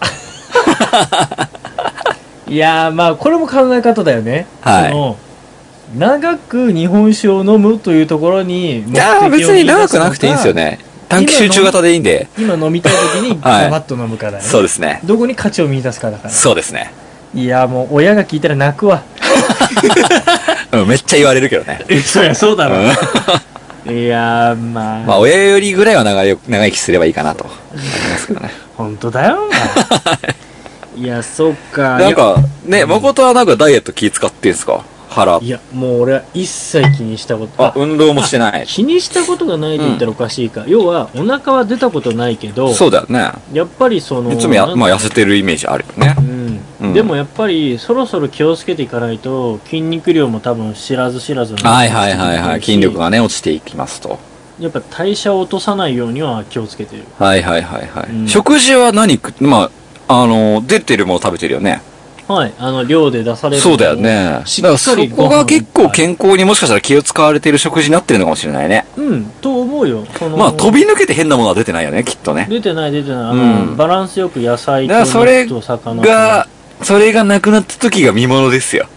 いやー、まあこれも考え方だよね。 はい。 その長く日本酒を飲むというところに目的を見出すのか。 いや別に長くなくていいんですよね。短期集中型でいいんで。 今飲みたい時にガバッと飲むからね。 そうですね。 どこに価値を見出すかだから。 そうですね。 いやもう親が聞いたら泣くわ。 めっちゃ言われるけどね。 そりゃそうだろう。いやまあ親よりぐらいは長生きすればいいかなと思いますけどね。 本当だよ。いやそっか。 なんかね、誠はなんかダイエット気使ってんすか？腹。 いやもう俺は一切気にしたこと。 運動もしてない。 気にしたことがないと言ったらおかしいか。要はお腹は出たことないけど。 そうだよね。 やっぱりそのいつもまあ痩せてるイメージあるよね。 でもやっぱりそろそろ気をつけていかないと筋肉量も多分知らず知らずにはい筋力がね落ちていきますと。 やっぱ代謝を落とさないようには気をつけてる。 はい、食事はまあ出てるもの食べてるよね。 はい、量で出される。 そうだよね。だからそこが結構健康にもしかしたら気を使われている食事になってるのかもしれないね。 と思うよ。 まあ飛び抜けて変なものは出てないよね、きっとね。 出てない。バランスよく野菜と肉と魚と。 それがなくなった時が見ものですよ。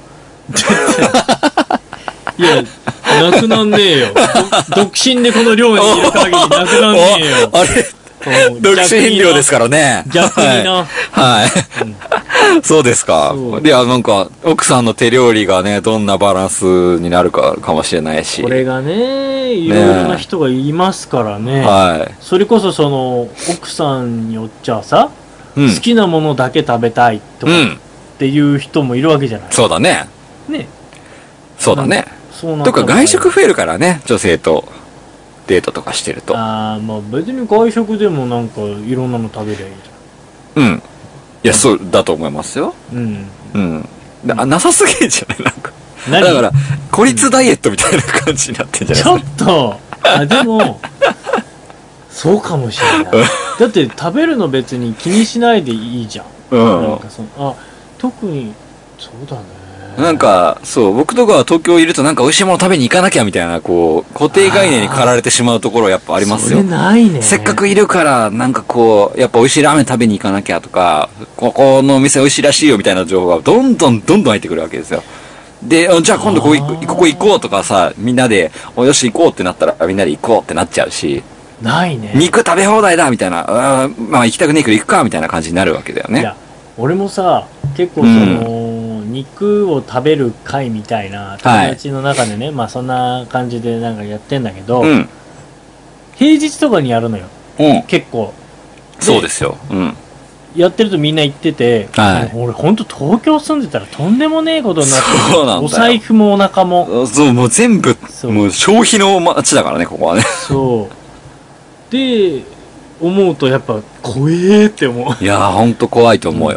いや、なくなんねえよ。独身でこの寮にいる限りなくなんねえよ。 あれ独身寮ですからね。 逆にな。 はい。そうですか。いや、なんか、奥さんの手料理がね、どんなバランスになるかもしれないし。 これがね、いろいろな人がいますからね。 はい。 それこそその、奥さんによっちゃさ、好きなものだけ食べたいとかっていう人もいるわけじゃない。 そうだね。 ね。 そうだね。とか外食増えるからね、女性とデートとかしてると。 まあ別に外食でもなんかいろんなの食べりゃいいじゃん。いや、そうだと思いますよ。なさすぎんじゃないなんか。だから、孤立ダイエットみたいな感じになってんじゃないですか。 ちょっとでも、そうかもしれない。だって食べるの別に気にしないでいいじゃん。なんか特に、そうだね。 なんか、そう、僕とかは東京いるとなんか美味しいもの食べに行かなきゃみたいな、こう、固定概念に駆られてしまうところやっぱありますよ。 それないね。 せっかくいるから、なんかこう、やっぱ美味しいラーメン食べに行かなきゃとか、ここのお店美味しいらしいよみたいな情報がどんどん入ってくるわけですよ。で、じゃあ今度ここ行こうとかさ、みんなで、よし行こうってなったらみんなで行こうってなっちゃうし。 ないね。 肉食べ放題だみたいな、まあ行きたくねえけど行くかみたいな感じになるわけだよね。いや、 俺もさ、結構その、肉を食べる会みたいな友達の中でね、まあそんな感じでなんかやってんだけど、平日とかにやるのよ。結構。 そうですよ。 やってるとみんな行ってて、俺ほんと東京住んでたらとんでもねえことになってる。そうなんだよ。お財布もお腹も。 そう、もう全部、もう消費の街だからね、ここはね。 そう。で、思うとやっぱ怖えって思う。 いやー、ほんと怖いと思うよ。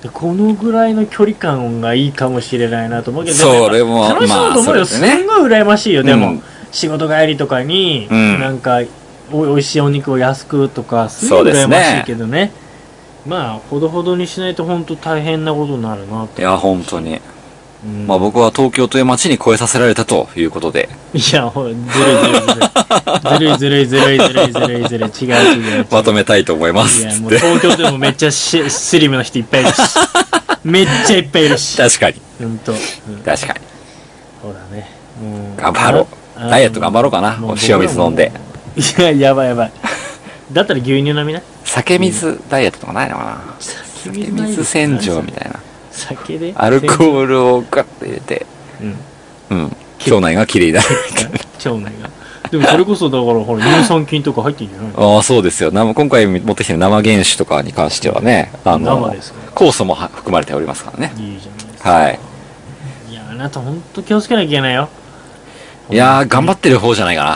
でこのぐらいの距離感がいいかもしれないなと思うけど、 それも楽しそうと思うよ、 まあそれでねすんごい羨ましいよ。でも、 うん、 仕事帰りとかに、 うんなんかおいしいお肉を安くとかすごい羨ましいけどね。まあほどほどにしないと本当大変なことになるなと。 いや本当に、 うん、 まあ僕は東京という街に超えさせられたということで、 いやほらずるいずるい違うまとめたいと思います。 いやもう東京でもめっちゃスリムな人いっぱいいるしめっちゃいっぱいいるし、 確かに本当、 確かに、 そうだね、もう頑張ろう、ダイエット頑張ろうかな、塩水飲んで。 いややばいだったら牛乳飲みな。 酒水ダイエットとかないのかな。酒水洗浄みたいな、 酒でアルコールをガッと入れて、腸内がきれいになるみたいな。 腸内がでもそれこそだからほら乳酸菌とか入ってんじゃないの。 ああそうですよ。今回持ってきてる生原酒とかに関してはね、 生ですか。 酵素も含まれておりますからね。 いいじゃないですか。 はい。 いやあなた本当気をつけなきゃいけないよ。 いやー頑張ってる方じゃないかな。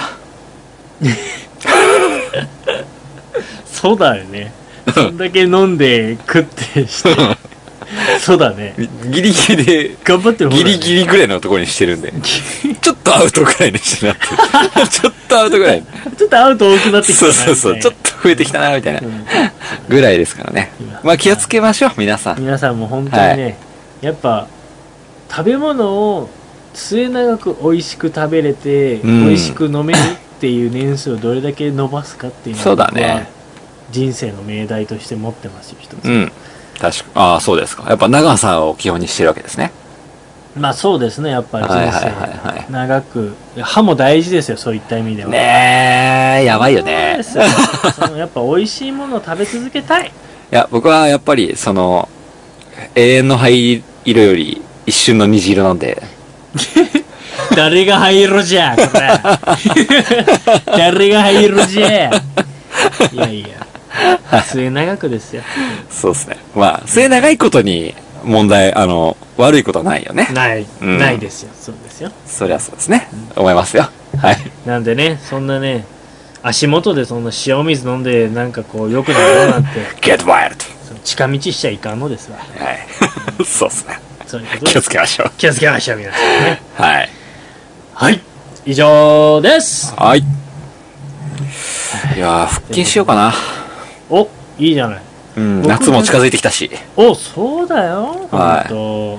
そうだよね。そんだけ飲んで食ってしてそうだね。 ギリギリで頑張ってる方だね。 ギリギリぐらいのところにしてるんでちょっとアウトぐらいにしてなってるちょっとアウトぐらいちょっとアウト多くなってきたな。 そうちょっと増えてきたなみたいなぐらいですからね。まあ気をつけましょう皆さんも本当にね、やっぱ食べ物を末永く美味しく食べれて、美味しく飲めるっていう年数をどれだけ伸ばすかっていうのそうだね、 人生の命題として持ってますよ一つ。 確かああそうですか。やっぱ長さを基本にしてるわけですね。 まあそうですね、やっぱり人生長く、歯も大事ですよ、そういった意味ではね。やばいよね。 そのやっぱ美味しいものを食べ続けたい。 いや僕はやっぱり永遠の灰色より一瞬の虹色なんで誰が灰色じゃこれ誰が灰色じゃ。いやいや末永くですよ。 そうですね。まあ末長いことに問題悪いことはないよね。 ないですよ。そうですよ。 そりゃそうですね、思いますよ。はい。 なんでね、そんなね足元でそんな塩水飲んでなんかこう良くなろうなんて Get wild 近道しちゃいかんのですわ。 はいそうですね。 そういうことです。 気をつけましょう。 気をつけましょう皆さんね。 はいはい以上です。 はい。いやー腹筋しようかな。 おいいじゃない。 夏も近づいてきたし。 おそうだよ。 はい。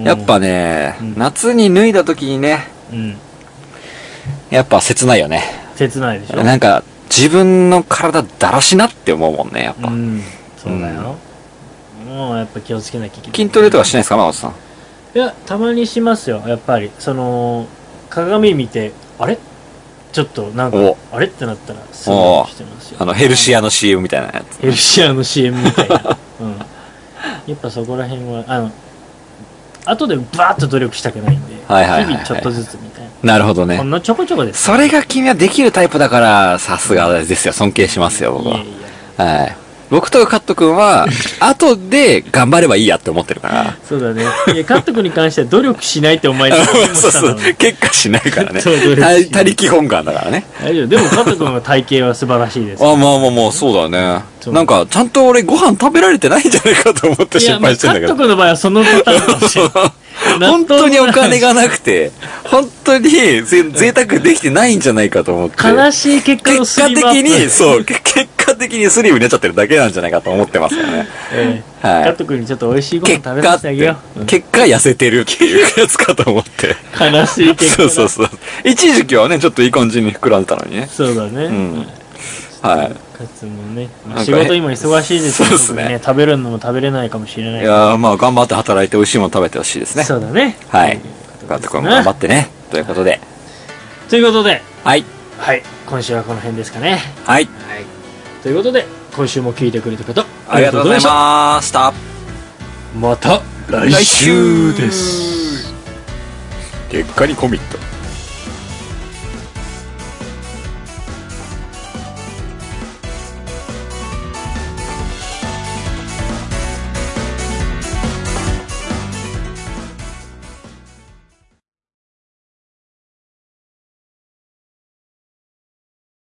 やっぱね、夏に脱いだ時にね、やっぱ切ないよね。 切ないでしょ。 なんか自分の体だらしなって思うもんね、やっぱ。 そうだよ。もうやっぱ気をつけなきゃいけない。 筋トレとかしないですか、真帆さん。 いやたまにしますよ。やっぱり鏡見てあれちょっとなんかあれってなったらすぐしてますよ。 ヘルシアの CM みたいなやつ。 ヘルシアの CM みたいな。やっぱそこら辺は後でバーッと努力したくないんで、日々ちょっとずつみたいな。 なるほどね。 ほんのちょこちょこです。 それが君はできるタイプだからさすがですよ。尊敬しますよ僕は。はい。僕とカット君は後で頑張ればいいやって思ってるから。 そうだね。いやカット君に関しては努力しないってお前にそう結果しないからね。他力本願だからね。 大丈夫。でもカット君の体型は素晴らしいです。 まあそうだね。なんかちゃんと俺ご飯食べられてないんじゃないかと思って心配してんだけど。 カット君の場合はそのパターンなんですよ。 本当にお金がなくて本当に贅沢できてないんじゃないかと思って。 悲しい結果のスリムアップ。 結果的にスリムになっちゃってるだけなんじゃないかと思ってますよね。 カット君にちょっと美味しいご飯食べさせてあげよう。 結果痩せてるっていうやつかと思って。 悲しい結果。 そう一時期はねちょっといい感じに膨らんでたのにね。 そうだね。 はい。 かつもね、仕事今忙しいですけど、そうですね。食べるのも食べれないかもしれない。 いやまあ頑張って働いて美味しいもの食べてほしいですね。 そうだね。 はい。カット君も頑張ってね。ということで。 はい。今週はこの辺ですかね。 はい。 ということで今週も聞いてくれた方ありがとうございました。 また来週です。 結果にコミット。